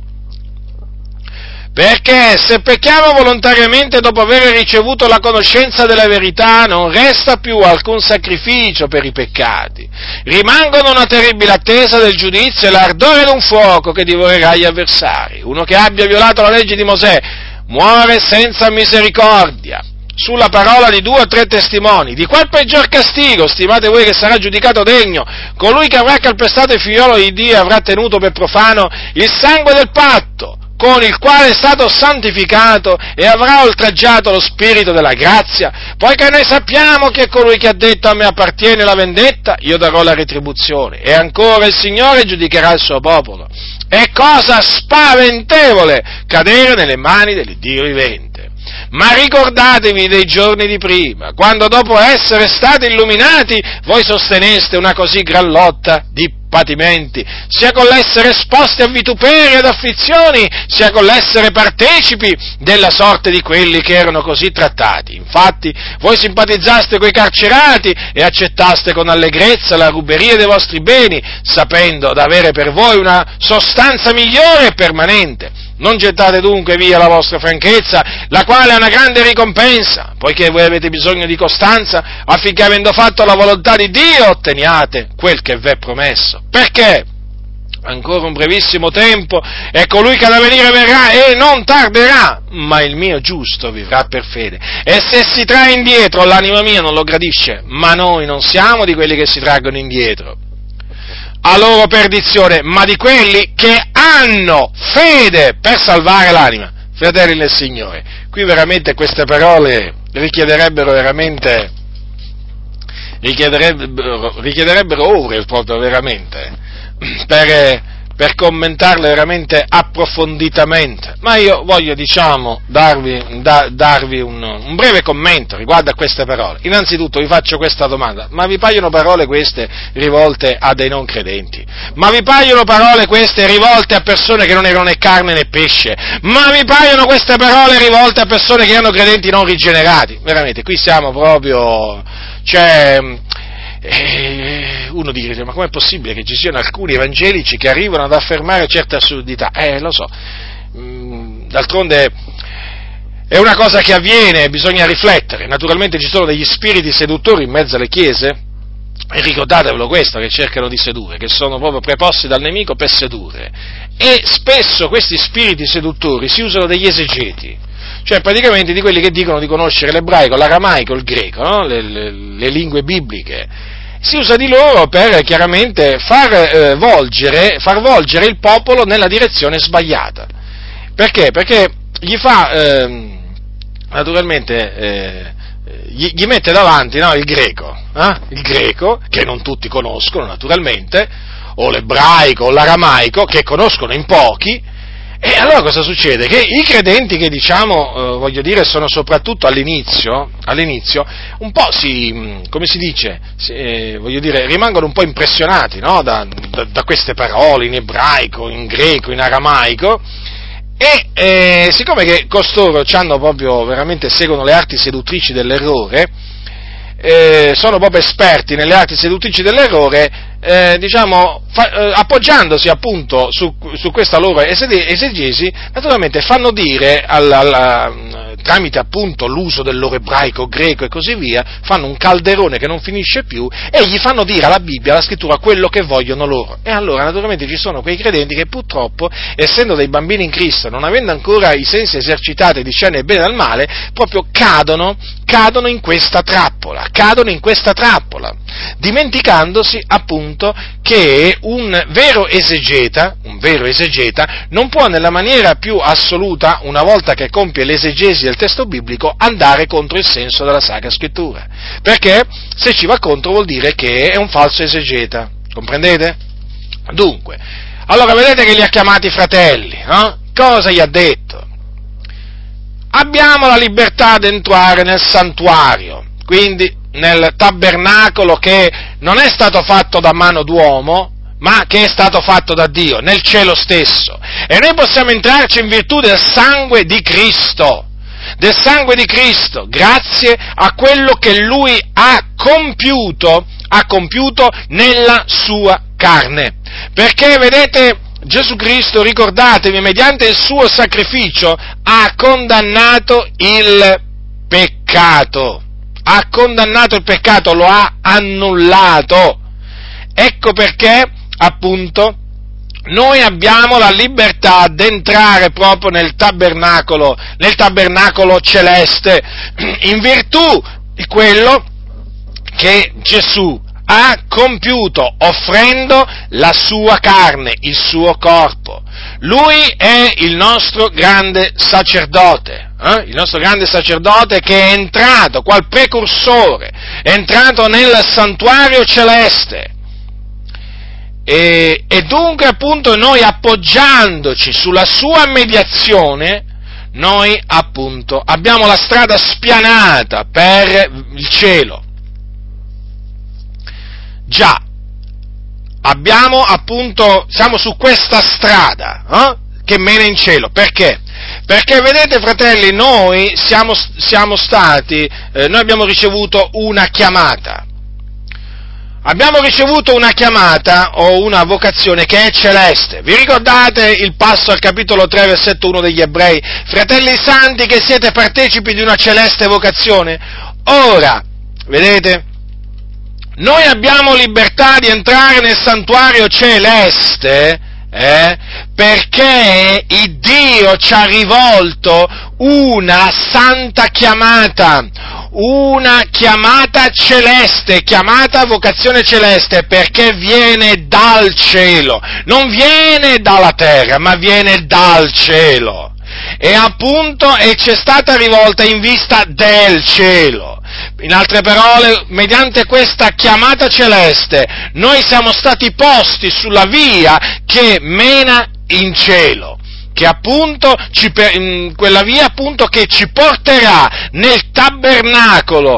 Perché se pecchiamo volontariamente dopo aver ricevuto la conoscenza della verità, non resta più alcun sacrificio per i peccati. Rimangono una terribile attesa del giudizio e l'ardore d'un fuoco che divorerà gli avversari. Uno che abbia violato la legge di Mosè muore senza misericordia, sulla parola di 2 o 3 testimoni. Di qual peggior castigo stimate voi che sarà giudicato degno colui che avrà calpestato il figliolo di Dio e avrà tenuto per profano il sangue del patto, con il quale è stato santificato e avrà oltraggiato lo spirito della grazia, poiché noi sappiamo che colui che ha detto a me appartiene la vendetta, io darò la retribuzione, e ancora il Signore giudicherà il suo popolo. È cosa spaventevole cadere nelle mani dell'Iddio vivente. Ma ricordatevi dei giorni di prima, quando dopo essere stati illuminati voi sosteneste una così gran lotta di patimenti, sia con l'essere esposti a vituperi ed afflizioni, sia con l'essere partecipi della sorte di quelli che erano così trattati. Infatti, voi simpatizzaste coi carcerati e accettaste con allegrezza la ruberia dei vostri beni, sapendo d'avere per voi una sostanza migliore e permanente. Non gettate dunque via la vostra franchezza, la quale è una grande ricompensa, poiché voi avete bisogno di costanza, affinché avendo fatto la volontà di Dio otteniate quel che v'è promesso. Perché? Ancora un brevissimo tempo, e colui che da venire verrà e non tarderà, ma il mio giusto vivrà per fede. E se si trae indietro, l'anima mia non lo gradisce, ma noi non siamo di quelli che si traggono indietro a loro perdizione, ma di quelli che hanno fede per salvare l'anima. Fratelli nel Signore, qui veramente queste parole richiederebbero ore proprio veramente per commentarle veramente approfonditamente, ma io voglio darvi un breve commento riguardo a queste parole. Innanzitutto vi faccio questa domanda: ma vi paiono parole queste rivolte a dei non credenti? Ma vi paiono parole queste rivolte a persone che non erano né carne né pesce? Ma vi paiono queste parole rivolte a persone che erano credenti non rigenerati? Veramente, qui siamo proprio, uno dice: ma com'è possibile che ci siano alcuni evangelici che arrivano ad affermare certe assurdità? Lo so, d'altronde è una cosa che avviene, bisogna riflettere. Naturalmente ci sono degli spiriti seduttori in mezzo alle chiese, e ricordatevelo questo, che cercano di sedurre, che sono proprio preposti dal nemico per sedurre, e spesso questi spiriti seduttori si usano degli esegeti, cioè praticamente di quelli che dicono di conoscere l'ebraico, l'aramaico, il greco, no? le lingue bibliche. Si usa di loro per chiaramente far volgere il popolo nella direzione sbagliata. Perché? Perché gli fa, naturalmente, gli mette davanti, no, il greco, che non tutti conoscono naturalmente, o l'ebraico o l'aramaico, che conoscono in pochi. E allora cosa succede? Che i credenti che sono soprattutto all'inizio, un po' rimangono un po' impressionati, no? da queste parole in ebraico, in greco, in aramaico, e siccome che costoro hanno proprio, veramente seguono le arti seduttrici dell'errore, sono proprio esperti nelle arti seduttrici dell'errore, appoggiandosi appunto su questa loro esegesi, naturalmente fanno dire tramite appunto l'uso del loro ebraico, greco e così via, fanno un calderone che non finisce più e gli fanno dire alla Bibbia, alla scrittura, quello che vogliono loro. E allora naturalmente ci sono quei credenti che purtroppo, essendo dei bambini in Cristo, non avendo ancora i sensi esercitati a discernere il bene dal male, proprio cadono in questa trappola, dimenticandosi appunto che un vero esegeta non può nella maniera più assoluta, una volta che compie l'esegesi del testo biblico, andare contro il senso della Sacra Scrittura, perché se ci va contro vuol dire che è un falso esegeta, comprendete? Dunque, allora vedete che li ha chiamati fratelli, no? Cosa gli ha detto? Abbiamo la libertà di entrare nel santuario, quindi nel tabernacolo che non è stato fatto da mano d'uomo, ma che è stato fatto da Dio, nel cielo stesso. E noi possiamo entrarci in virtù del sangue di Cristo, grazie a quello che Lui ha compiuto nella sua carne. Perché, vedete, Gesù Cristo, ricordatevi, mediante il suo sacrificio ha condannato il peccato, lo ha annullato. Ecco perché, appunto, noi abbiamo la libertà di entrare proprio nel tabernacolo celeste, in virtù di quello che Gesù ha compiuto, offrendo la sua carne, il suo corpo. Lui è il nostro grande sacerdote, che è entrato, qual precursore, è entrato nel santuario celeste. E dunque, appunto, noi appoggiandoci sulla sua mediazione, noi, appunto, abbiamo la strada spianata per il cielo. Già, siamo su questa strada che mena in cielo. Perché? Perché, vedete, fratelli, noi abbiamo ricevuto una chiamata. Abbiamo ricevuto una chiamata o una vocazione che è celeste. Vi ricordate il passo al capitolo 3, versetto 1 degli Ebrei? Fratelli santi, che siete partecipi di una celeste vocazione. Ora, vedete, noi abbiamo libertà di entrare nel santuario celeste, perché il Dio ci ha rivolto una santa chiamata, una chiamata celeste, chiamata vocazione celeste, perché viene dal cielo, non viene dalla terra, ma viene dal cielo, e appunto ci è stata rivolta in vista del cielo. In altre parole, mediante questa chiamata celeste, noi siamo stati posti sulla via che mena in cielo, che appunto quella via appunto che ci porterà nel tabernacolo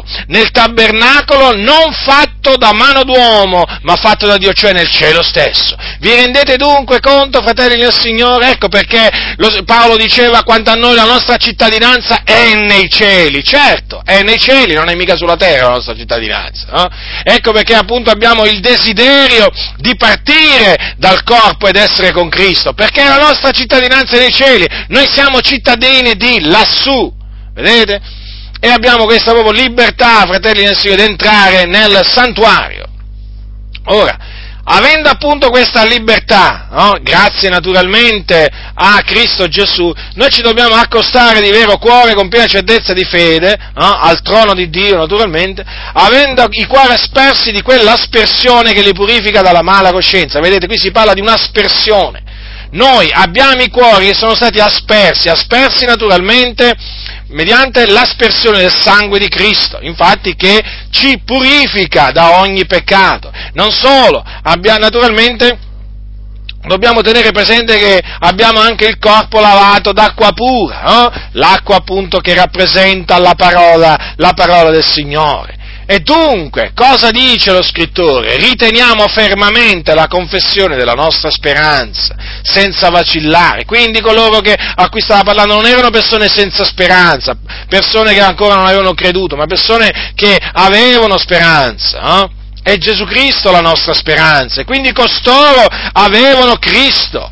non fatto da mano d'uomo, ma fatto da Dio, cioè nel cielo stesso. Vi rendete dunque conto, fratelli del Signore? Ecco perché Paolo diceva: quanto a noi la nostra cittadinanza è nei cieli. Certo, è nei cieli, non è mica sulla terra la nostra cittadinanza, no? Ecco perché appunto abbiamo il desiderio di partire dal corpo ed essere con Cristo, perché la nostra cittadinanza è nei cieli, noi siamo cittadini di lassù, vedete? E abbiamo questa proprio libertà, fratelli del Signore, di entrare nel santuario. Ora, avendo appunto questa libertà, no? Grazie naturalmente a Cristo Gesù, noi ci dobbiamo accostare di vero cuore, con piena certezza di fede, no? Al trono di Dio naturalmente, avendo i cuori aspersi di quell'aspersione che li purifica dalla mala coscienza. Vedete, qui si parla di un'aspersione. Noi abbiamo i cuori che sono stati aspersi naturalmente mediante l'aspersione del sangue di Cristo, infatti, che ci purifica da ogni peccato. Non solo, naturalmente dobbiamo tenere presente che abbiamo anche il corpo lavato d'acqua pura, no? L'acqua appunto che rappresenta la parola del Signore. E dunque, cosa dice lo scrittore? Riteniamo fermamente la confessione della nostra speranza, senza vacillare. Quindi coloro a cui stava parlando non erano persone senza speranza, persone che ancora non avevano creduto, ma persone che avevano speranza, no? È Gesù Cristo la nostra speranza, e quindi costoro avevano Cristo.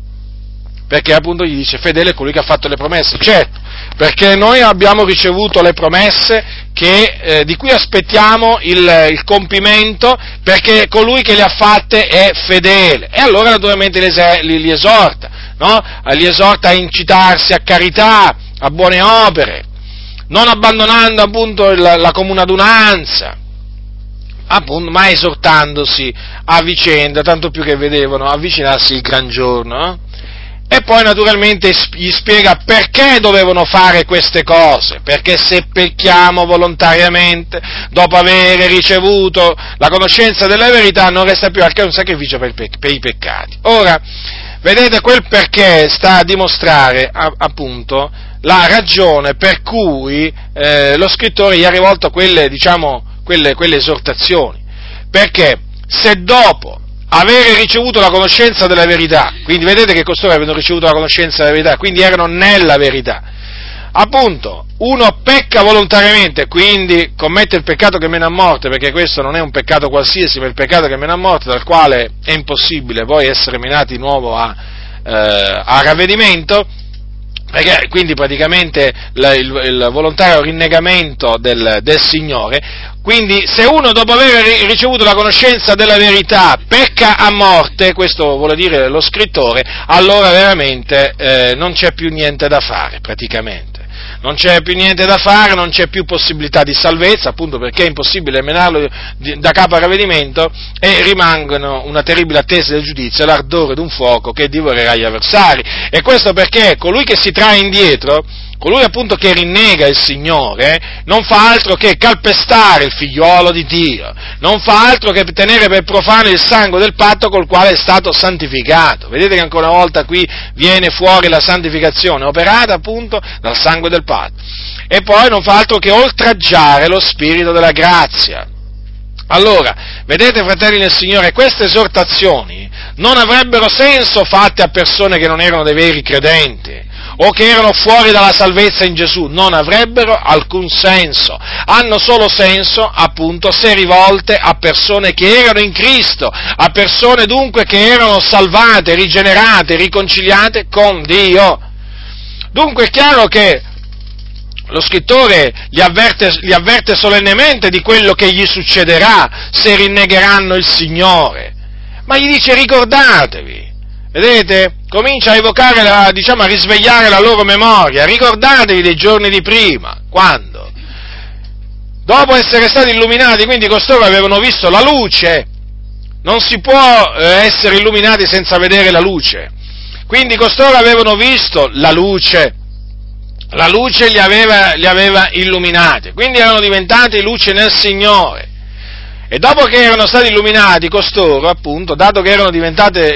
Perché appunto gli dice: fedele è colui che ha fatto le promesse. Certo, perché noi abbiamo ricevuto le promesse di cui aspettiamo il compimento, perché colui che le ha fatte è fedele. E allora naturalmente li esorta, no? Li esorta a incitarsi a carità, a buone opere, non abbandonando appunto la comune adunanza, appunto, ma esortandosi a vicenda, tanto più che vedevano avvicinarsi il gran giorno, no? E poi naturalmente gli spiega perché dovevano fare queste cose, perché se pecchiamo volontariamente, dopo aver ricevuto la conoscenza della verità, non resta più altro che un sacrificio per i peccati. Ora, vedete, quel perché sta a dimostrare appunto la ragione per cui lo scrittore gli ha rivolto quelle quelle esortazioni, perché se dopo avere ricevuto la conoscenza della verità, quindi vedete che costoro avevano ricevuto la conoscenza della verità, quindi erano nella verità, appunto, uno pecca volontariamente, quindi commette il peccato che mena a morte, perché questo non è un peccato qualsiasi, ma il peccato che mena a morte, dal quale è impossibile poi essere menati di nuovo a ravvedimento, perché quindi praticamente il volontario rinnegamento del Signore. Quindi se uno dopo aver ricevuto la conoscenza della verità pecca a morte, questo vuole dire lo scrittore, allora veramente non c'è più niente da fare praticamente. Non c'è più niente da fare, non c'è più possibilità di salvezza, appunto perché è impossibile menarlo da capo a ravvedimento, e rimangono una terribile attesa del giudizio e l'ardore d'un fuoco che divorerà gli avversari. E questo perché colui che si trae indietro, colui appunto che rinnega il Signore, non fa altro che calpestare il figliuolo di Dio, non fa altro che tenere per profano il sangue del patto col quale è stato santificato. Vedete che ancora una volta qui viene fuori la santificazione operata appunto dal sangue del patto. E poi non fa altro che oltraggiare lo spirito della grazia. Allora, vedete fratelli nel Signore, queste esortazioni non avrebbero senso fatte a persone che non erano dei veri credenti, o che erano fuori dalla salvezza in Gesù, non avrebbero alcun senso, hanno solo senso appunto se rivolte a persone che erano in Cristo, a persone dunque che erano salvate, rigenerate, riconciliate con Dio. Dunque è chiaro che lo scrittore li avverte solennemente di quello che gli succederà se rinnegheranno il Signore, ma gli dice ricordatevi. Vedete? Comincia a evocare, a risvegliare la loro memoria. Ricordatevi dei giorni di prima. Quando? Dopo essere stati illuminati, quindi costoro avevano visto la luce. Non si può essere illuminati senza vedere la luce. Quindi costoro avevano visto la luce. La luce li aveva illuminati. Quindi erano diventati luce nel Signore. E dopo che erano stati illuminati costoro, appunto, dato che erano diventate,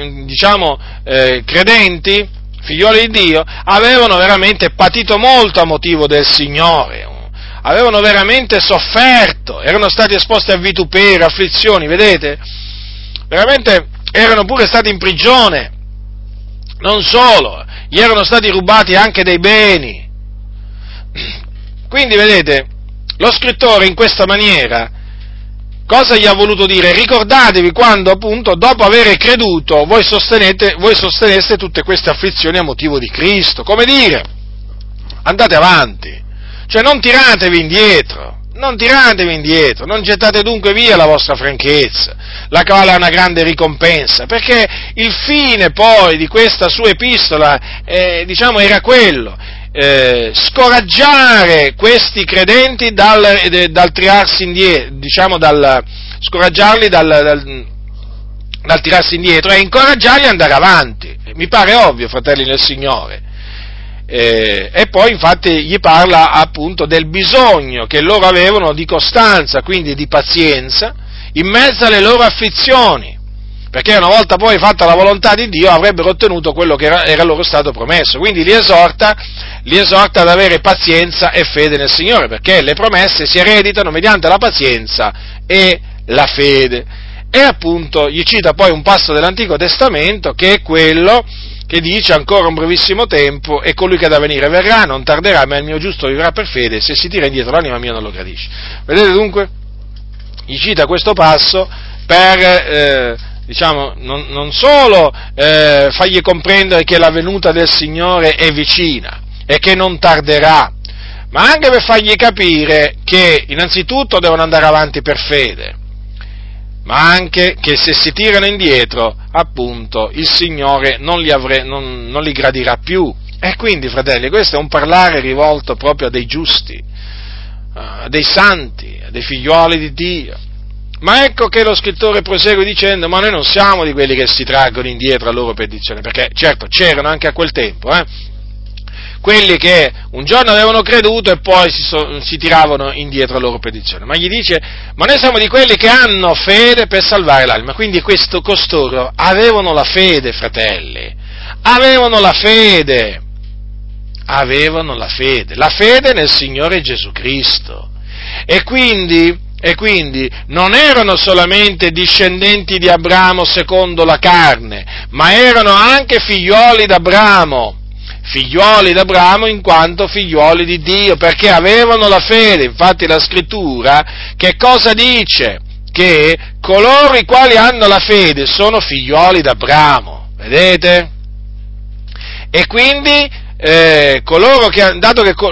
credenti, figlioli di Dio, avevano veramente patito molto a motivo del Signore, avevano veramente sofferto, erano stati esposti a vituperi, afflizioni, vedete? Veramente erano pure stati in prigione, non solo, gli erano stati rubati anche dei beni. Quindi, vedete, lo scrittore in questa maniera cosa gli ha voluto dire? Ricordatevi quando, appunto, dopo aver creduto, voi sosteneste tutte queste afflizioni a motivo di Cristo. Come dire, andate avanti, cioè non tiratevi indietro, non gettate dunque via la vostra franchezza, la quale ha una grande ricompensa, perché il fine poi di questa sua epistola, era quello, scoraggiare questi credenti dal tirarsi indietro, scoraggiarli dal tirarsi indietro e incoraggiarli ad andare avanti. Mi pare ovvio, fratelli nel Signore. E poi infatti gli parla appunto del bisogno che loro avevano di costanza, quindi di pazienza, in mezzo alle loro afflizioni, perché una volta poi fatta la volontà di Dio avrebbero ottenuto quello che era loro stato promesso. Quindi li esorta ad avere pazienza e fede nel Signore, perché le promesse si ereditano mediante la pazienza e la fede. E appunto gli cita poi un passo dell'Antico Testamento, che è quello che dice: ancora un brevissimo tempo e colui che da venire verrà, non tarderà, ma il mio giusto vivrà per fede, se si tira indietro l'anima mia non lo gradisce. Vedete dunque? Gli cita questo passo per, non solo fargli comprendere che la venuta del Signore è vicina e che non tarderà, ma anche per fargli capire che innanzitutto devono andare avanti per fede, ma anche che se si tirano indietro, appunto, il Signore non li gradirà più. E quindi, fratelli, questo è un parlare rivolto proprio a dei giusti, dei santi, dei figliuoli di Dio. Ma ecco che lo scrittore prosegue dicendo: ma noi non siamo di quelli che si traggono indietro a loro perdizione, perché certo c'erano anche a quel tempo, quelli che un giorno avevano creduto e poi si tiravano indietro a loro perdizione. Ma gli dice: ma noi siamo di quelli che hanno fede per salvare l'anima. Quindi costoro avevano la fede, fratelli, avevano la fede nel Signore Gesù Cristo. E quindi E quindi non erano solamente discendenti di Abramo secondo la carne, ma erano anche figlioli d'Abramo in quanto figlioli di Dio, perché avevano la fede. Infatti la Scrittura che cosa dice? Che coloro i quali hanno la fede sono figlioli d'Abramo, vedete? E quindi coloro che hanno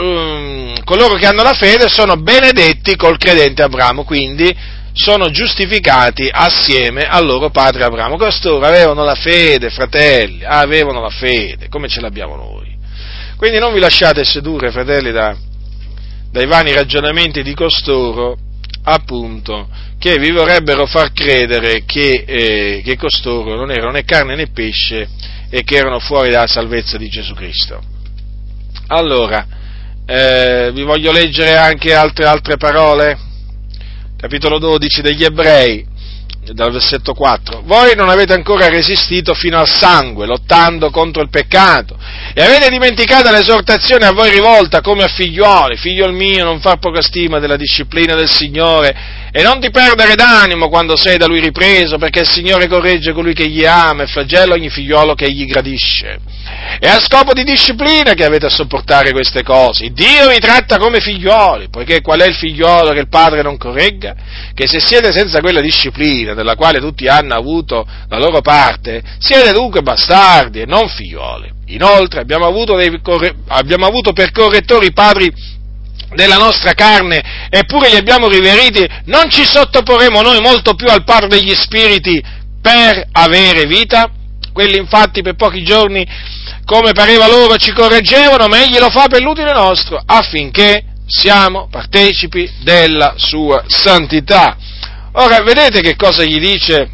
la fede sono benedetti col credente Abramo, quindi sono giustificati assieme al loro padre Abramo. Costoro avevano la fede, fratelli, avevano la fede, come ce l'abbiamo noi. Quindi non vi lasciate sedurre, fratelli, dai vani ragionamenti di costoro, appunto, che vi vorrebbero far credere che costoro non erano né carne né pesce e che erano fuori dalla salvezza di Gesù Cristo. Allora, vi voglio leggere anche altre parole. Capitolo 12 degli Ebrei, dal versetto 4. Voi non avete ancora resistito fino al sangue, lottando contro il peccato, e avete dimenticato l'esortazione a voi rivolta come a figlioli. Figliol mio, non far poca stima della disciplina del Signore, e non ti perdere d'animo quando sei da Lui ripreso, perché il Signore corregge colui che gli ama e flagella ogni figliolo che egli gradisce. È a scopo di disciplina che avete a sopportare queste cose. Dio vi tratta come figlioli, poiché qual è il figliolo che il padre non corregga? Che se siete senza quella disciplina, della quale tutti hanno avuto la loro parte, siete dunque bastardi e non figlioli. Inoltre abbiamo avuto per correttori padri della nostra carne, eppure li abbiamo riveriti. Non ci sottoporremo noi molto più al Padre degli Spiriti per avere vita? Quelli infatti per pochi giorni, come pareva loro, ci correggevano, ma egli lo fa per l'utile nostro, affinché siamo partecipi della sua santità. Ora, vedete che cosa gli dice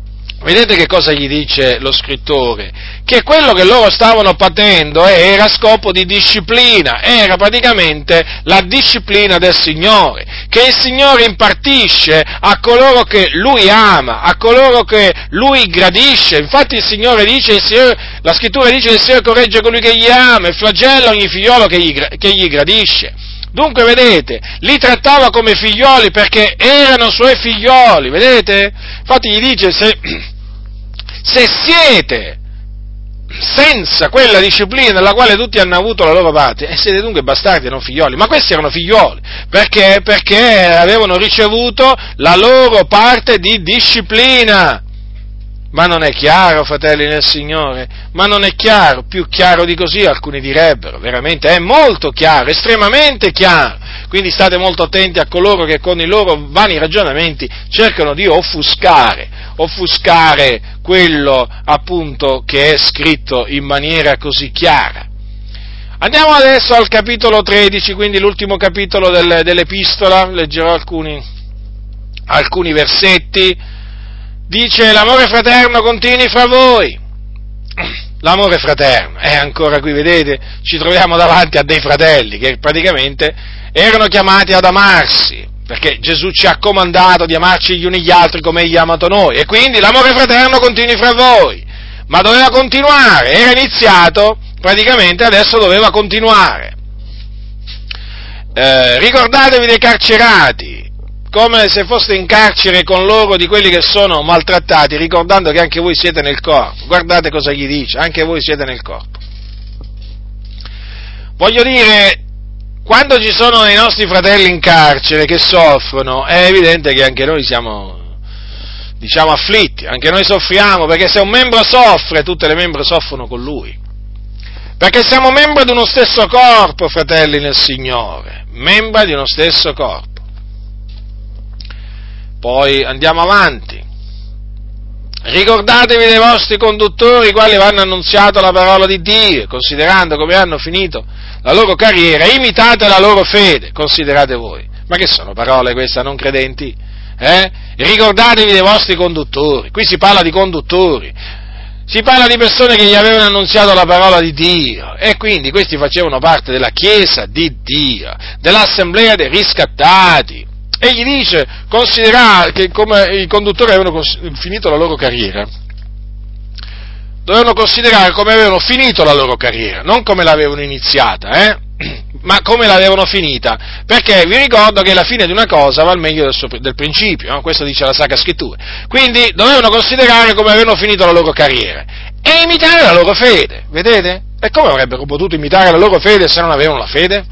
lo scrittore? Che quello che loro stavano patendo era a scopo di disciplina, era praticamente la disciplina del Signore, che il Signore impartisce a coloro che Lui ama, a coloro che Lui gradisce. Infatti la Scrittura dice che il Signore corregge colui che gli ama e flagella ogni figliolo che gli gradisce. Dunque, vedete, li trattava come figlioli perché erano suoi figlioli, vedete? Infatti gli dice, se siete senza quella disciplina nella quale tutti hanno avuto la loro parte, siete dunque bastardi e non figlioli. Ma questi erano figlioli, perché? Perché avevano ricevuto la loro parte di disciplina. Ma non è chiaro, fratelli nel Signore? Ma non è chiaro? Più chiaro di così alcuni direbbero, veramente è molto chiaro, estremamente chiaro. Quindi state molto attenti a coloro che con i loro vani ragionamenti cercano di offuscare quello appunto che è scritto in maniera così chiara. Andiamo adesso al capitolo 13, quindi l'ultimo capitolo dell'epistola, leggerò alcuni versetti. Dice: l'amore fraterno continui fra voi. L'amore fraterno, ancora qui vedete, ci troviamo davanti a dei fratelli che praticamente erano chiamati ad amarsi, perché Gesù ci ha comandato di amarci gli uni gli altri come Egli ha amato noi, e quindi l'amore fraterno continui fra voi, ma doveva continuare, era iniziato, praticamente adesso doveva continuare. Ricordatevi dei carcerati, come se foste in carcere con loro di quelli che sono maltrattati, ricordando che anche voi siete nel corpo. Guardate cosa gli dice, anche voi siete nel corpo. Voglio dire, quando ci sono i nostri fratelli in carcere che soffrono, è evidente che anche noi siamo, afflitti, anche noi soffriamo, perché se un membro soffre, tutte le membra soffrono con lui. Perché siamo membri di uno stesso corpo, fratelli nel Signore, membri di uno stesso corpo. Poi andiamo avanti. Ricordatevi dei vostri conduttori, i quali vi hanno annunziato la parola di Dio, considerando come hanno finito la loro carriera, imitate la loro fede, considerate voi. Ma che sono parole queste a non credenti? Ricordatevi dei vostri conduttori, qui si parla di conduttori, si parla di persone che gli avevano annunziato la parola di Dio, e quindi questi facevano parte della Chiesa di Dio, dell'assemblea dei riscattati. E gli dice, considera che come i conduttori avevano finito la loro carriera, dovevano considerare come avevano finito la loro carriera, non come l'avevano iniziata, Ma come l'avevano finita? Perché vi ricordo che la fine di una cosa va al meglio del principio, no? Questo dice la Sacra Scrittura. Quindi dovevano considerare come avevano finito la loro carriera e imitare la loro fede, vedete? E come avrebbero potuto imitare la loro fede se non avevano la fede?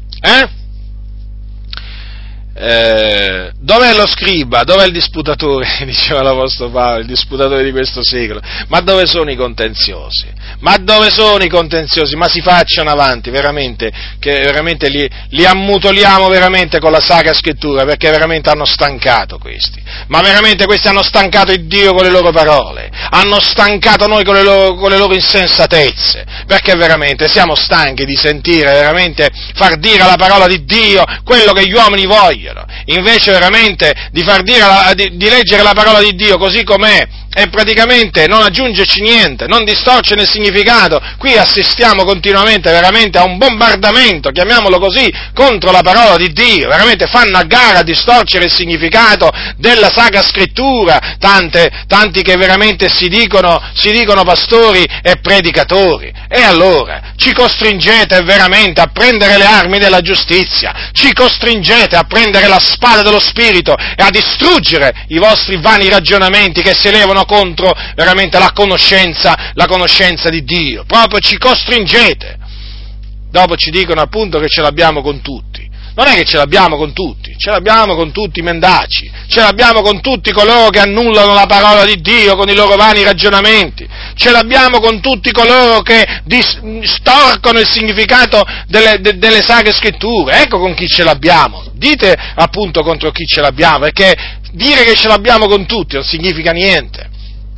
Dov'è lo scriba? Dov'è il disputatore? Diceva l'Apostolo Paolo, il disputatore di questo secolo. Ma dove sono i contenziosi? Ma dove sono i contenziosi? Ma si facciano avanti, veramente, che veramente li ammutoliamo veramente con la Sacra Scrittura, perché veramente hanno stancato questi. Ma veramente questi hanno stancato il Dio con le loro parole, hanno stancato noi con le loro insensatezze, perché veramente siamo stanchi di sentire veramente far dire alla parola di Dio quello che gli uomini vogliono, invece veramente di far dire, di leggere la parola di Dio così com'è, e praticamente non aggiungerci niente, non distorcere il significato. Qui assistiamo continuamente veramente a un bombardamento, chiamiamolo così, contro la parola di Dio, veramente fanno a gara a distorcere il significato della Sacra Scrittura, tanti che veramente si dicono pastori e predicatori. E allora ci costringete veramente a prendere le armi della giustizia, ci costringete a prendere la spada dello Spirito e a distruggere i vostri vani ragionamenti che si elevano contro veramente la conoscenza di Dio. Proprio ci costringete. Dopo ci dicono appunto che ce l'abbiamo con tutti. Non è che ce l'abbiamo con tutti, ce l'abbiamo con tutti i mendaci, ce l'abbiamo con tutti coloro che annullano la parola di Dio con i loro vani ragionamenti, ce l'abbiamo con tutti coloro che storcono il significato delle Sacre Scritture. Ecco con chi ce l'abbiamo. Dite appunto contro chi ce l'abbiamo, perché dire che ce l'abbiamo con tutti non significa niente.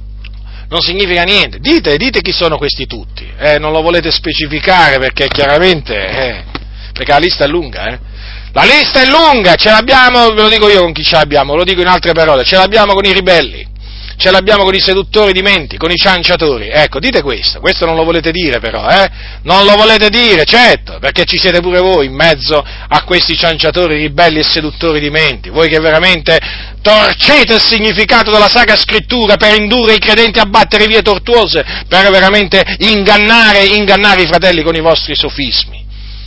Non significa niente. Dite chi sono questi tutti. Non lo volete specificare perché chiaramente, perché la lista è lunga, La lista è lunga, ce l'abbiamo, ve lo dico io con chi ce l'abbiamo, ve lo dico in altre parole, ce l'abbiamo con i ribelli, ce l'abbiamo con i seduttori di menti, con i cianciatori. Ecco, dite questo non lo volete dire però, Non lo volete dire, certo, perché ci siete pure voi in mezzo a questi cianciatori, ribelli e seduttori di menti, voi che veramente torcete il significato della Sacra Scrittura per indurre i credenti a battere vie tortuose, per veramente ingannare i fratelli con i vostri sofismi.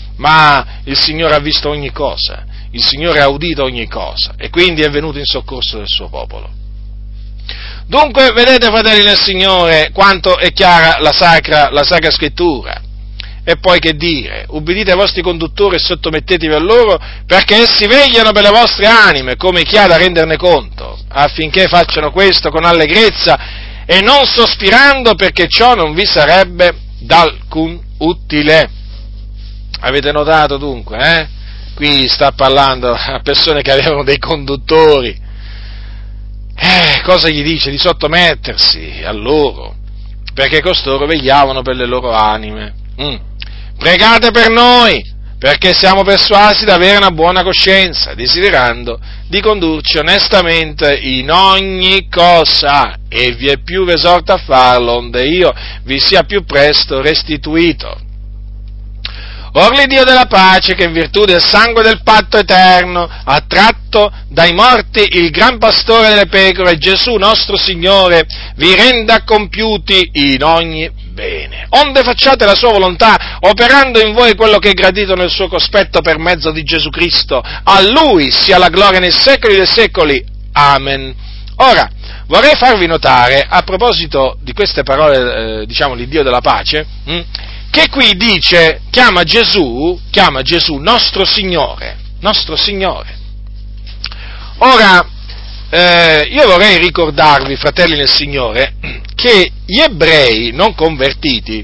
Ma il Signore ha visto ogni cosa, il Signore ha udito ogni cosa, e quindi è venuto in soccorso del suo popolo. Dunque, vedete, fratelli nel Signore, quanto è chiara la Sacra Scrittura. E poi che dire? Ubbidite ai vostri conduttori e sottomettetevi a loro, perché essi vegliano per le vostre anime, come chi ha da renderne conto, affinché facciano questo con allegrezza e non sospirando, perché ciò non vi sarebbe d'alcun utile. Avete notato dunque, Qui sta parlando a persone che avevano dei conduttori. Cosa gli dice? Di sottomettersi a loro, perché costoro vegliavano per le loro anime. Pregate per noi, perché siamo persuasi di avere una buona coscienza, desiderando di condurci onestamente in ogni cosa, e vieppiù vi esorto a farlo, onde io vi sia più presto restituito. Or l'Iddio della pace, che in virtù del sangue del patto eterno ha tratto dai morti il gran pastore delle pecore, Gesù nostro Signore, vi renda compiuti in ogni bene, onde facciate la sua volontà, operando in voi quello che è gradito nel suo cospetto per mezzo di Gesù Cristo. A Lui sia la gloria nei secoli dei secoli. Amen. Ora, vorrei farvi notare, a proposito di queste parole, l'Iddio della pace, che qui dice, chiama Gesù nostro Signore. Ora, io vorrei ricordarvi, fratelli nel Signore, che gli ebrei non convertiti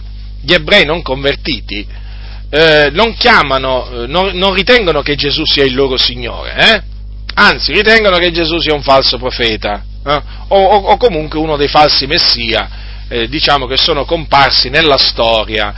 non ritengono che Gesù sia il loro Signore, anzi ritengono che Gesù sia un falso profeta, o comunque uno dei falsi messia, che sono comparsi nella storia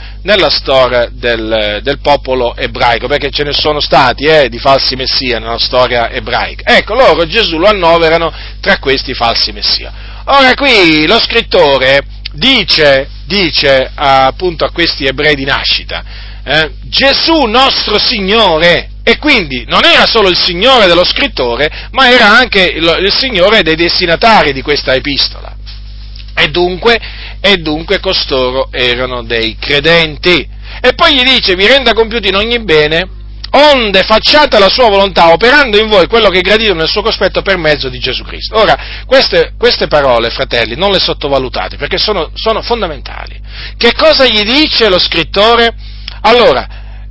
del popolo ebraico, perché ce ne sono stati di falsi messia nella storia ebraica. Ecco, loro Gesù lo annoverano tra questi falsi messia. Ora qui lo scrittore dice appunto a questi ebrei di nascita, Gesù nostro Signore, e quindi non era solo il Signore dello scrittore, ma era anche il Signore dei destinatari di questa epistola. E dunque costoro erano dei credenti. E poi gli dice, vi renda compiuti in ogni bene, onde facciate la sua volontà, operando in voi quello che è gradito nel suo cospetto per mezzo di Gesù Cristo. Ora, queste parole, fratelli, non le sottovalutate, perché sono fondamentali. Che cosa gli dice lo scrittore? Allora,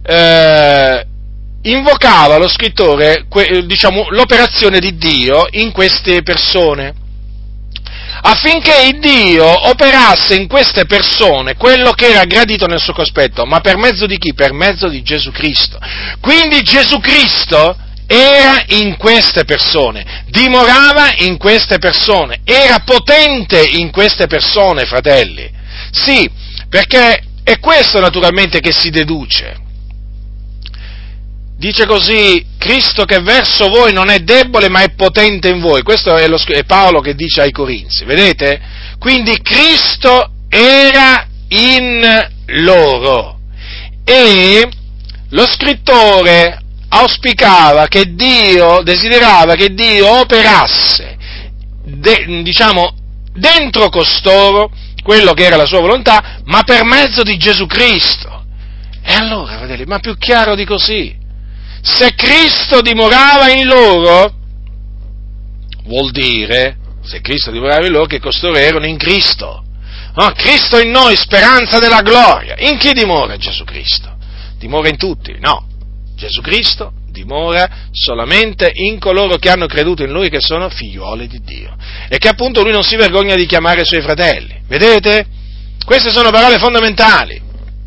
invocava lo scrittore, l'operazione di Dio in queste persone, affinché il Dio operasse in queste persone quello che era gradito nel suo cospetto, ma per mezzo di chi? Per mezzo di Gesù Cristo. Quindi Gesù Cristo era in queste persone, dimorava in queste persone, era potente in queste persone, fratelli. Sì, perché è questo naturalmente che si deduce. Dice così, Cristo che verso voi non è debole ma è potente in voi. Questo è Paolo che dice ai Corinzi, vedete? Quindi Cristo era in loro e lo scrittore auspicava che desiderava che Dio operasse, dentro costoro quello che era la sua volontà, ma per mezzo di Gesù Cristo. E allora, fratelli, ma più chiaro di così? Se Cristo dimorava in loro, vuol dire, se Cristo dimorava in loro, che costoro erano in Cristo. No? Cristo in noi, speranza della gloria. In chi dimora Gesù Cristo? Dimora in tutti? No. Gesù Cristo dimora solamente in coloro che hanno creduto in Lui, che sono figliuoli di Dio. E che appunto Lui non si vergogna di chiamare i Suoi fratelli. Vedete? Queste sono parole fondamentali.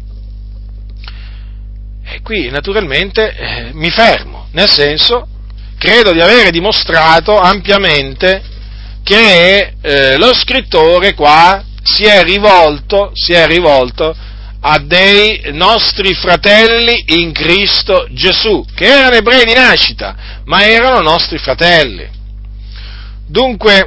E qui naturalmente mi fermo, nel senso, credo di avere dimostrato ampiamente che lo scrittore qua si è rivolto a dei nostri fratelli in Cristo Gesù, che erano ebrei di nascita, ma erano nostri fratelli. Dunque,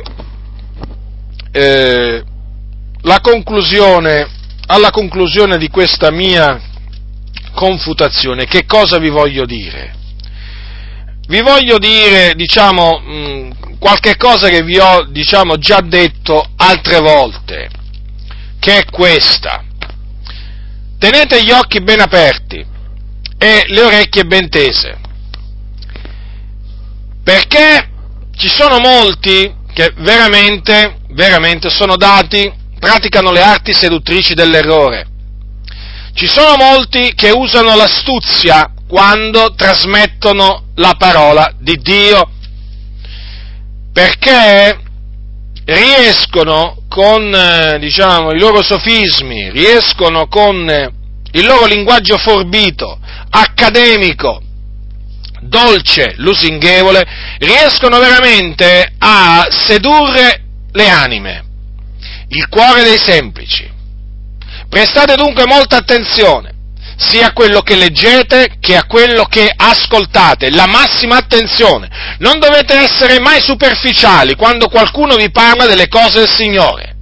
alla conclusione di questa mia confutazione, che cosa vi voglio dire? Vi voglio dire, qualche cosa che vi ho, già detto altre volte, che è questa. Tenete gli occhi ben aperti e le orecchie ben tese, perché ci sono molti che veramente praticano le arti seduttrici dell'errore. Ci sono molti che usano l'astuzia quando trasmettono la parola di Dio, perché riescono con, i loro sofismi, riescono con il loro linguaggio forbito, accademico, dolce, lusinghevole, riescono veramente a sedurre le anime, il cuore dei semplici. Prestate dunque molta attenzione, sia a quello che leggete che a quello che ascoltate, la massima attenzione. Non dovete essere mai superficiali quando qualcuno vi parla delle cose del Signore,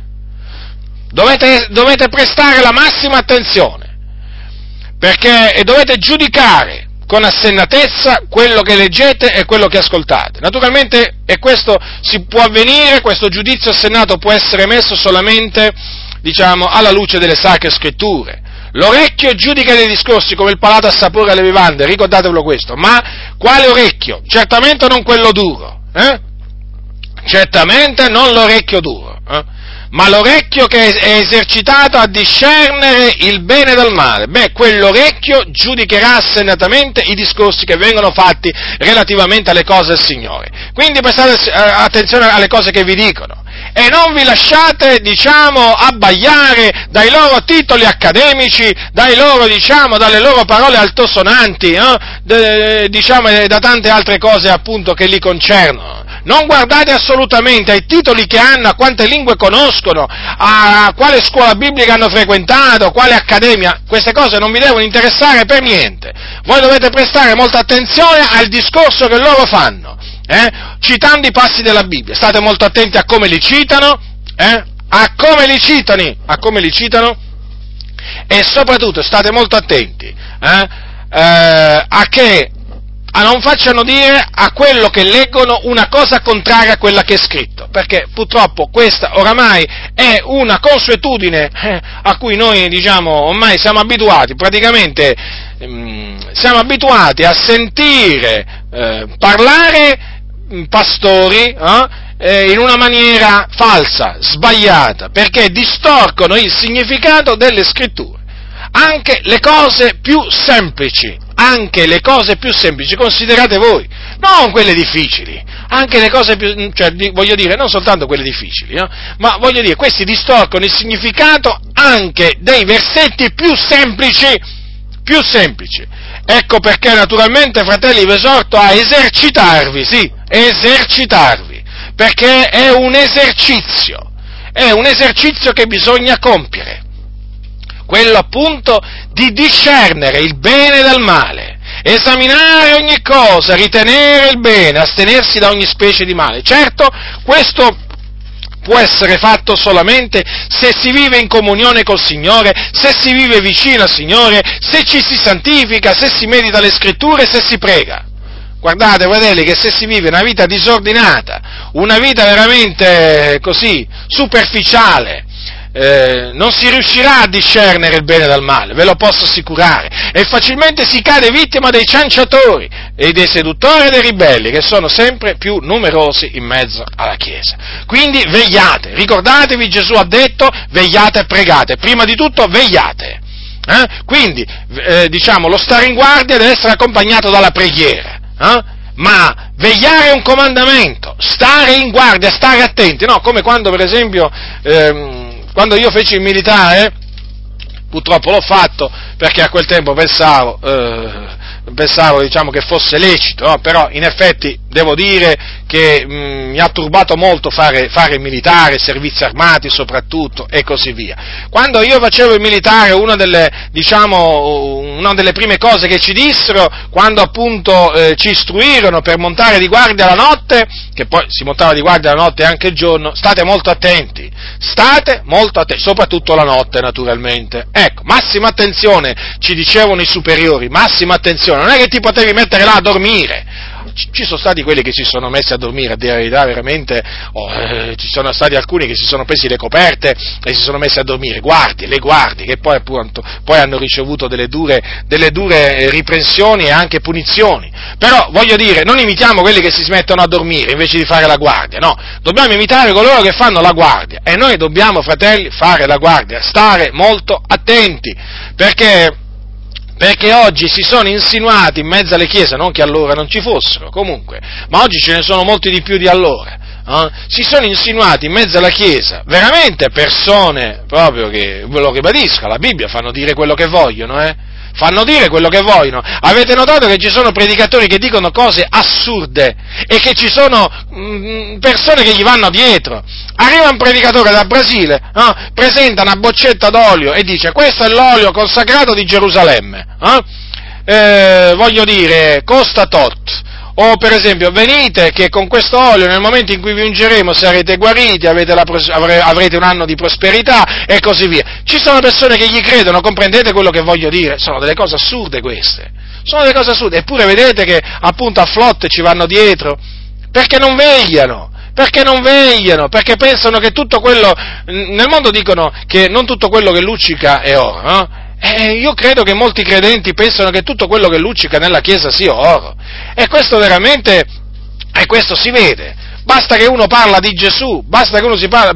Dovete prestare la massima attenzione, perché dovete giudicare con assennatezza quello che leggete e quello che ascoltate. Naturalmente, e questo si può avvenire, questo giudizio assennato può essere messo solamente, alla luce delle sacre scritture. L'orecchio giudica dei discorsi come il palato assapora le vivande, ricordatevelo questo, ma quale orecchio? Certamente non quello duro, Certamente non l'orecchio duro, ma l'orecchio che è esercitato a discernere il bene dal male. Quell'orecchio giudicherà assennatamente i discorsi che vengono fatti relativamente alle cose del Signore. Quindi prestate attenzione alle cose che vi dicono. E non vi lasciate, abbagliare dai loro titoli accademici, dalle loro parole altosonanti, e da tante altre cose appunto che li concernono. Non guardate assolutamente ai titoli che hanno, a quante lingue conoscono, a quale scuola biblica hanno frequentato, quale accademia. Queste cose non vi devono interessare per niente. Voi dovete prestare molta attenzione al discorso che loro fanno. Citando i passi della Bibbia, state molto attenti a come li citano, a come li citano, e soprattutto state molto attenti a che non facciano dire a quello che leggono una cosa contraria a quella che è scritto, perché purtroppo questa oramai è una consuetudine a cui noi, ormai siamo abituati, praticamente siamo abituati a sentire parlare pastori in una maniera falsa, sbagliata, perché distorcono il significato delle scritture. Anche le cose più semplici, considerate voi, non quelle difficili, anche le cose più, voglio dire, non soltanto quelle difficili, ma voglio dire, questi distorcono il significato anche dei versetti più semplici. Ecco perché naturalmente, fratelli, vi esorto a esercitarvi, perché è un esercizio che bisogna compiere. Quello appunto di discernere il bene dal male, esaminare ogni cosa, ritenere il bene, astenersi da ogni specie di male. Certo, questo può essere fatto solamente se si vive in comunione col Signore, se si vive vicino al Signore, se ci si santifica, se si medita le Scritture, se si prega. Guardate, fratelli, che se si vive una vita disordinata, una vita veramente così, superficiale, non si riuscirà a discernere il bene dal male, ve lo posso assicurare, e facilmente si cade vittima dei cianciatori e dei seduttori e dei ribelli, che sono sempre più numerosi in mezzo alla Chiesa. Quindi vegliate, ricordatevi, Gesù ha detto, vegliate e pregate, prima di tutto vegliate. Quindi, lo stare in guardia deve essere accompagnato dalla preghiera, ma vegliare è un comandamento, stare in guardia, stare attenti, no? Come quando, per esempio, quando io feci il militare, purtroppo l'ho fatto perché a quel tempo pensavo che fosse lecito, no? Però in effetti devo dire che mi ha turbato molto fare il militare, servizi armati soprattutto e così via. Quando io facevo il militare, una delle prime cose che ci dissero, quando appunto ci istruirono per montare di guardia la notte, che poi si montava di guardia la notte e anche il giorno, state molto attenti, soprattutto la notte naturalmente. Ecco, massima attenzione, ci dicevano i superiori, massima attenzione, non è che ti potevi mettere là a dormire. Ci sono stati quelli che si sono messi a dormire, a dire la verità, veramente, ci sono stati alcuni che si sono presi le coperte e si sono messi a dormire, le guardie, che poi appunto hanno ricevuto delle dure riprensioni e anche punizioni. Però, voglio dire, non imitiamo quelli che si mettono a dormire invece di fare la guardia, no, dobbiamo imitare coloro che fanno la guardia, e noi dobbiamo, fratelli, fare la guardia, stare molto attenti, perché oggi si sono insinuati in mezzo alle chiese, non che allora non ci fossero, comunque, ma oggi ce ne sono molti di più di allora, si sono insinuati in mezzo alla chiesa, veramente persone, proprio che, ve lo ribadisco, la Bibbia fanno dire quello che vogliono, fanno dire quello che vogliono. Avete notato che ci sono predicatori che dicono cose assurde e che ci sono persone che gli vanno dietro. Arriva un predicatore dal Brasile, presenta una boccetta d'olio e dice: questo è l'olio consacrato di Gerusalemme, voglio dire, costa tot. O per esempio, venite che con questo olio nel momento in cui vi ungeremo sarete guariti, avrete un anno di prosperità e così via. Ci sono persone che gli credono, comprendete quello che voglio dire? Sono delle cose assurde queste, eppure vedete che appunto a flotte ci vanno dietro, perché non vegliano, perché pensano che tutto quello, nel mondo dicono che non tutto quello che luccica è oro, no? Io credo che molti credenti pensano che tutto quello che luccica nella Chiesa sia oro, e questo veramente, questo si vede. Basta che uno parla di Gesù, basta che uno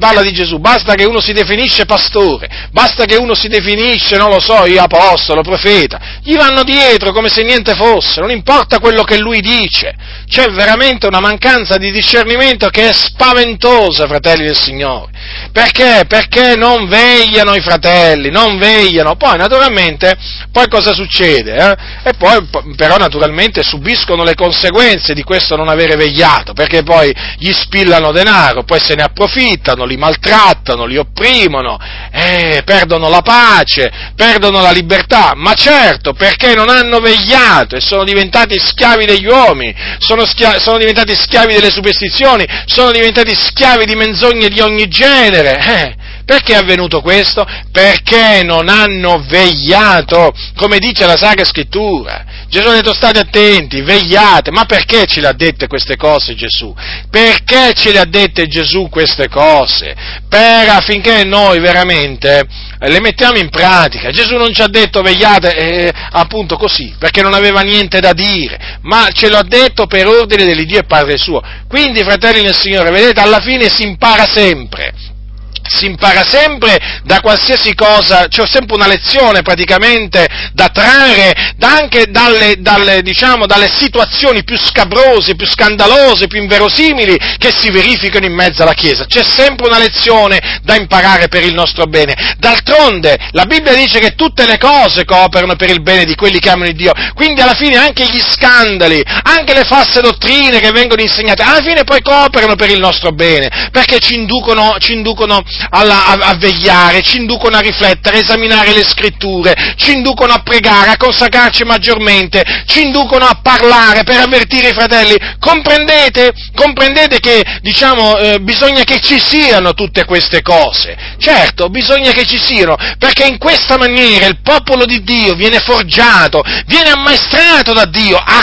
si definisce pastore, basta che uno si definisce, non lo so, apostolo, profeta, gli vanno dietro come se niente fosse, non importa quello che lui dice. C'è veramente una mancanza di discernimento che è spaventosa, fratelli del Signore. Perché? Perché non vegliano i fratelli, non vegliano. Poi naturalmente, cosa succede? E poi però naturalmente subiscono le conseguenze di questo non avere vegliato, perché poi gli spillano denaro, poi se ne approfittano, li maltrattano, li opprimono, perdono la pace, perdono la libertà, ma certo, perché non hanno vegliato e sono diventati schiavi degli uomini, sono diventati schiavi delle superstizioni, sono diventati schiavi di menzogne di ogni genere, Perché è avvenuto questo? Perché non hanno vegliato, come dice la Sacra Scrittura. Gesù ha detto: state attenti, vegliate. Ma perché ce le ha dette queste cose Gesù? Perché ce le ha dette Gesù queste cose? Affinché noi veramente le mettiamo in pratica. Gesù non ci ha detto vegliate appunto così, perché non aveva niente da dire, ma ce l'ha detto per ordine dell'Iddio e Padre suo. Quindi, fratelli nel Signore, vedete, alla fine si impara sempre da qualsiasi cosa, c'è sempre una lezione praticamente da trarre anche dalle situazioni più scabrose, più scandalose, più inverosimili che si verificano in mezzo alla Chiesa. C'è sempre una lezione da imparare per il nostro bene. D'altronde la Bibbia dice che tutte le cose cooperano per il bene di quelli che amano il Dio, quindi alla fine anche gli scandali, anche le false dottrine che vengono insegnate, alla fine poi cooperano per il nostro bene, perché ci inducono a vegliare, ci inducono a riflettere, a esaminare le scritture, ci inducono a pregare, a consacrarci maggiormente, ci inducono a parlare per avvertire i fratelli. Comprendete che, bisogna che ci siano tutte queste cose. Certo, bisogna che ci siano, perché in questa maniera il popolo di Dio viene forgiato, viene ammaestrato da Dio a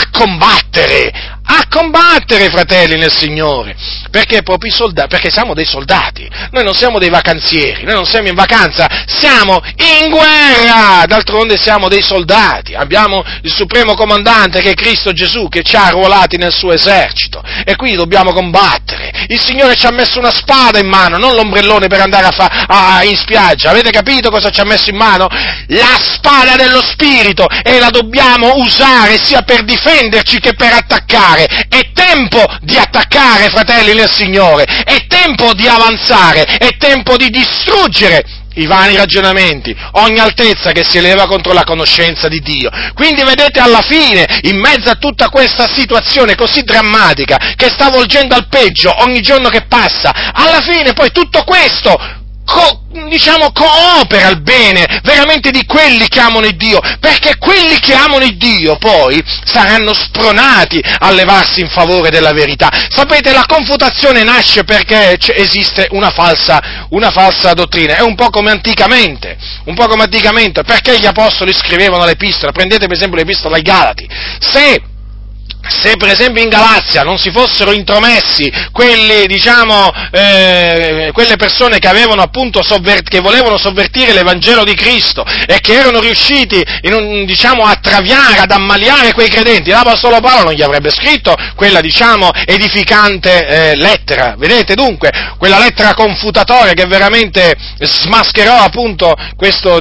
combattere, fratelli nel Signore, perché proprio perché siamo dei soldati, noi non siamo dei vacanzieri, noi non siamo in vacanza, siamo in guerra, d'altronde siamo dei soldati, abbiamo il supremo comandante che è Cristo Gesù, che ci ha arruolati nel suo esercito, e quindi dobbiamo combattere. Il Signore ci ha messo una spada in mano, non l'ombrellone per andare in spiaggia, avete capito cosa ci ha messo in mano? La spada dello Spirito, e la dobbiamo usare sia per difenderci che per attaccare. È tempo di attaccare, fratelli nel Signore, è tempo di avanzare, è tempo di distruggere i vani ragionamenti, ogni altezza che si eleva contro la conoscenza di Dio. Quindi vedete, alla fine, in mezzo a tutta questa situazione così drammatica, che sta volgendo al peggio ogni giorno che passa, alla fine poi tutto questo coopera al bene veramente di quelli che amano il Dio, perché quelli che amano il Dio poi saranno spronati a levarsi in favore della verità. Sapete, la confutazione nasce perché esiste una falsa dottrina, è un po' come anticamente, perché gli apostoli scrivevano l'epistola. Prendete per esempio l'epistola ai Galati. Se per esempio in Galazia non si fossero intromessi quelle persone che avevano appunto che volevano sovvertire l'Evangelo di Cristo e che erano riusciti a traviare, ad ammaliare quei credenti, l'Apostolo Paolo non gli avrebbe scritto quella edificante lettera. Vedete dunque, quella lettera confutatoria che veramente smascherò appunto questo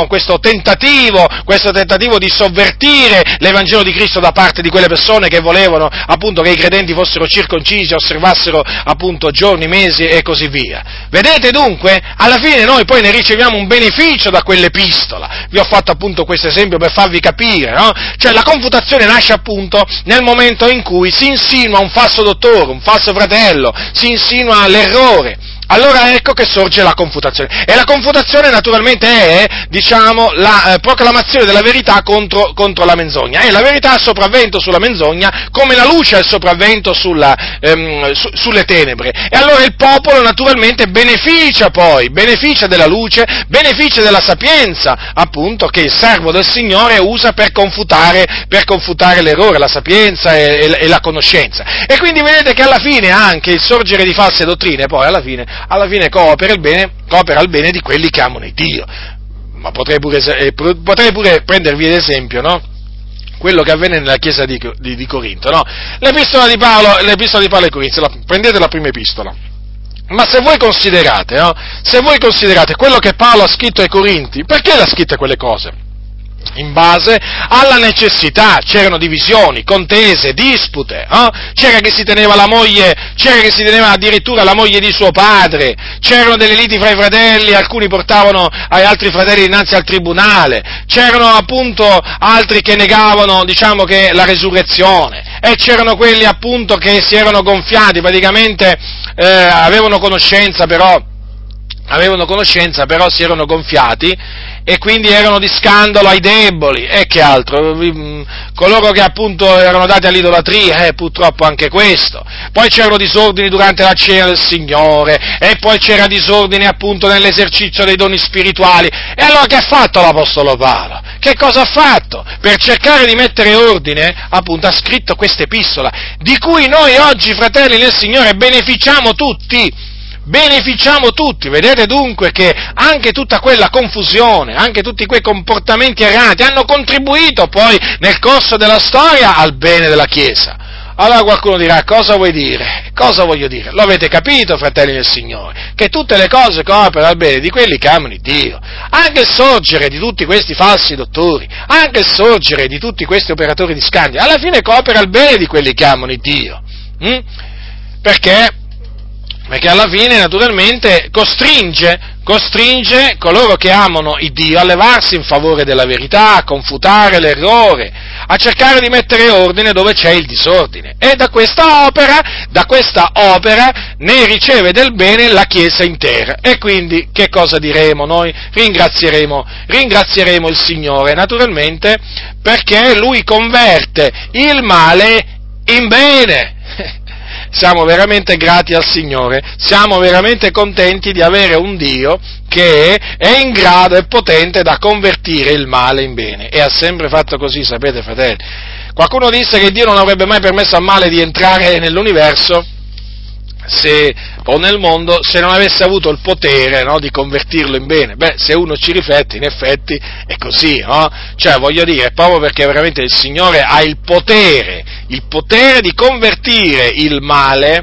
tentativo di sovvertire l'Evangelo di Cristo da parte di quelle persone che volevano appunto che i credenti fossero circoncisi, osservassero appunto giorni, mesi e così via. Vedete dunque, alla fine noi poi ne riceviamo un beneficio da quell'epistola. Vi ho fatto appunto questo esempio per farvi capire, no? Cioè la confutazione nasce appunto nel momento in cui si insinua un falso dottore, un falso fratello, si insinua l'errore. Allora ecco che sorge la confutazione. E la confutazione naturalmente è, la proclamazione della verità contro la menzogna. E la verità ha il sopravvento sulla menzogna come la luce ha il sopravvento sulle tenebre. E allora il popolo naturalmente beneficia della luce, beneficia della sapienza, appunto, che il servo del Signore usa per confutare l'errore, la sapienza e la conoscenza. E quindi vedete che alla fine anche il sorgere di false dottrine poi alla fine coopera al bene di quelli che amano il Dio. Ma potrei pure prendervi ad esempio, no? Quello che avvenne nella chiesa di Corinto, no? L'epistola di Paolo ai Corinzi, prendete la prima epistola. Ma se voi considerate quello che Paolo ha scritto ai Corinti, perché l'ha scritte quelle cose? In base alla necessità, c'erano divisioni, contese, dispute, c'era chi si teneva addirittura la moglie di suo padre, c'erano delle liti fra i fratelli, alcuni portavano agli altri fratelli dinanzi al tribunale, c'erano appunto altri che negavano, che la resurrezione, e c'erano quelli appunto che si erano gonfiati, praticamente avevano conoscenza però avevano conoscenza, però si erano gonfiati e quindi erano di scandalo ai deboli, e che altro, coloro che appunto erano dati all'idolatria, purtroppo anche questo. Poi c'erano disordini durante la cena del Signore, e poi c'era disordine appunto nell'esercizio dei doni spirituali. E allora che ha fatto l'Apostolo Paolo? Che cosa ha fatto? Per cercare di mettere ordine, appunto, ha scritto questa epistola, di cui noi oggi, fratelli nel Signore, beneficiamo tutti, vedete dunque che anche tutta quella confusione, anche tutti quei comportamenti errati hanno contribuito poi nel corso della storia al bene della Chiesa. Allora qualcuno dirà, cosa vuoi dire? Cosa voglio dire? Lo avete capito, fratelli del Signore, che tutte le cose cooperano al bene di quelli che amano Dio. Anche il sorgere di tutti questi falsi dottori, anche il sorgere di tutti questi operatori di scandalo, alla fine coopera al bene di quelli che amano Dio. Perché alla fine naturalmente costringe coloro che amano il Dio a levarsi in favore della verità, a confutare l'errore, a cercare di mettere ordine dove c'è il disordine. E da questa opera ne riceve del bene la Chiesa intera. E quindi che cosa diremo noi? Ringrazieremo il Signore, naturalmente, perché Lui converte il male in bene. Siamo veramente grati al Signore, siamo veramente contenti di avere un Dio che è in grado e potente da convertire il male in bene, e ha sempre fatto così, sapete, fratelli. Qualcuno disse che Dio non avrebbe mai permesso al male di entrare nell'universo o nel mondo se non avesse avuto il potere, no, di convertirlo in bene. Se uno ci riflette, in effetti è così, no? Cioè, voglio dire, proprio perché veramente il Signore ha il potere di convertire il male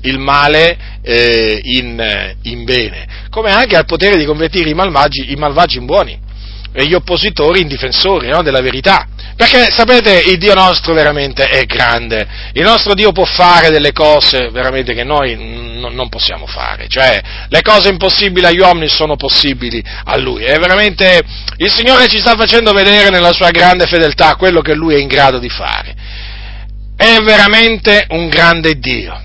in bene, come anche ha il potere di convertire i malvagi in buoni, e gli oppositori in difensori, no, della verità. Perché, sapete, il Dio nostro veramente è grande, il nostro Dio può fare delle cose veramente che noi non possiamo fare, cioè le cose impossibili agli uomini sono possibili a Lui, e veramente il Signore ci sta facendo vedere nella sua grande fedeltà quello che Lui è in grado di fare. È veramente un grande Dio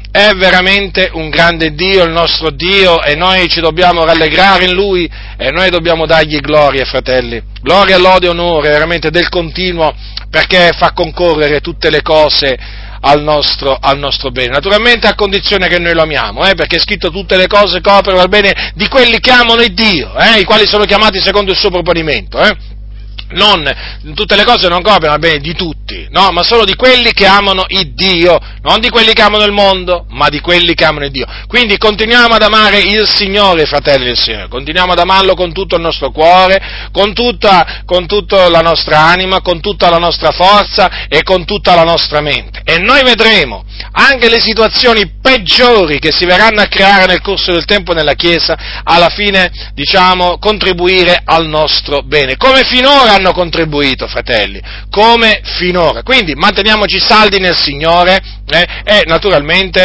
il nostro Dio, e noi ci dobbiamo rallegrare in Lui, e noi dobbiamo dargli gloria, fratelli, gloria, lode e onore, veramente del continuo, perché fa concorrere tutte le cose al nostro bene, naturalmente a condizione che noi lo amiamo, perché è scritto tutte le cose cooperano al bene di quelli che amano il Dio, i quali sono chiamati secondo il suo proponimento, Non, tutte le cose non cooperano al bene di tutti, no, ma solo di quelli che amano il Dio, non di quelli che amano il mondo, ma di quelli che amano il Dio. Quindi continuiamo ad amare il Signore, fratelli del Signore, continuiamo ad amarlo con tutto il nostro cuore, con tutta la nostra anima, con tutta la nostra forza e con tutta la nostra mente. E noi vedremo anche le situazioni peggiori che si verranno a creare nel corso del tempo nella Chiesa, alla fine, contribuire al nostro bene, come finora hanno contribuito, fratelli, come finora. Quindi manteniamoci saldi nel Signore, e naturalmente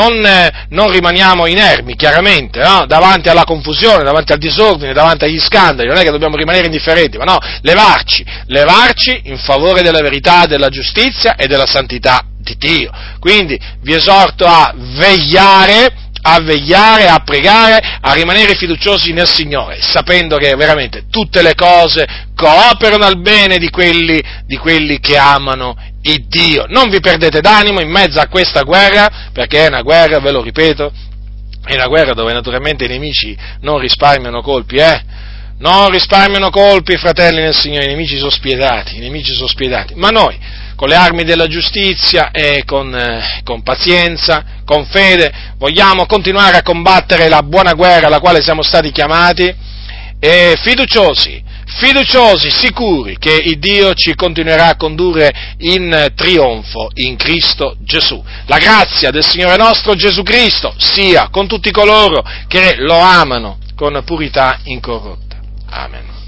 non rimaniamo inermi, chiaramente, no? Davanti alla confusione, davanti al disordine, davanti agli scandali. Non è che dobbiamo rimanere indifferenti, ma no, levarci in favore della verità, della giustizia e della santità di Dio. Quindi vi esorto a vegliare, a pregare, a rimanere fiduciosi nel Signore, sapendo che veramente tutte le cose cooperano al bene di quelli che amano il Dio. Non vi perdete d'animo in mezzo a questa guerra, perché è una guerra, ve lo ripeto, è una guerra dove naturalmente i nemici non risparmiano colpi, Non risparmiano colpi, fratelli nel Signore, i nemici sono spietati, ma noi, con le armi della giustizia e con pazienza, con fede, vogliamo continuare a combattere la buona guerra alla quale siamo stati chiamati, e fiduciosi, sicuri che il Dio ci continuerà a condurre in trionfo in Cristo Gesù. La grazia del Signore nostro Gesù Cristo sia con tutti coloro che lo amano con purità incorrotta. Amen.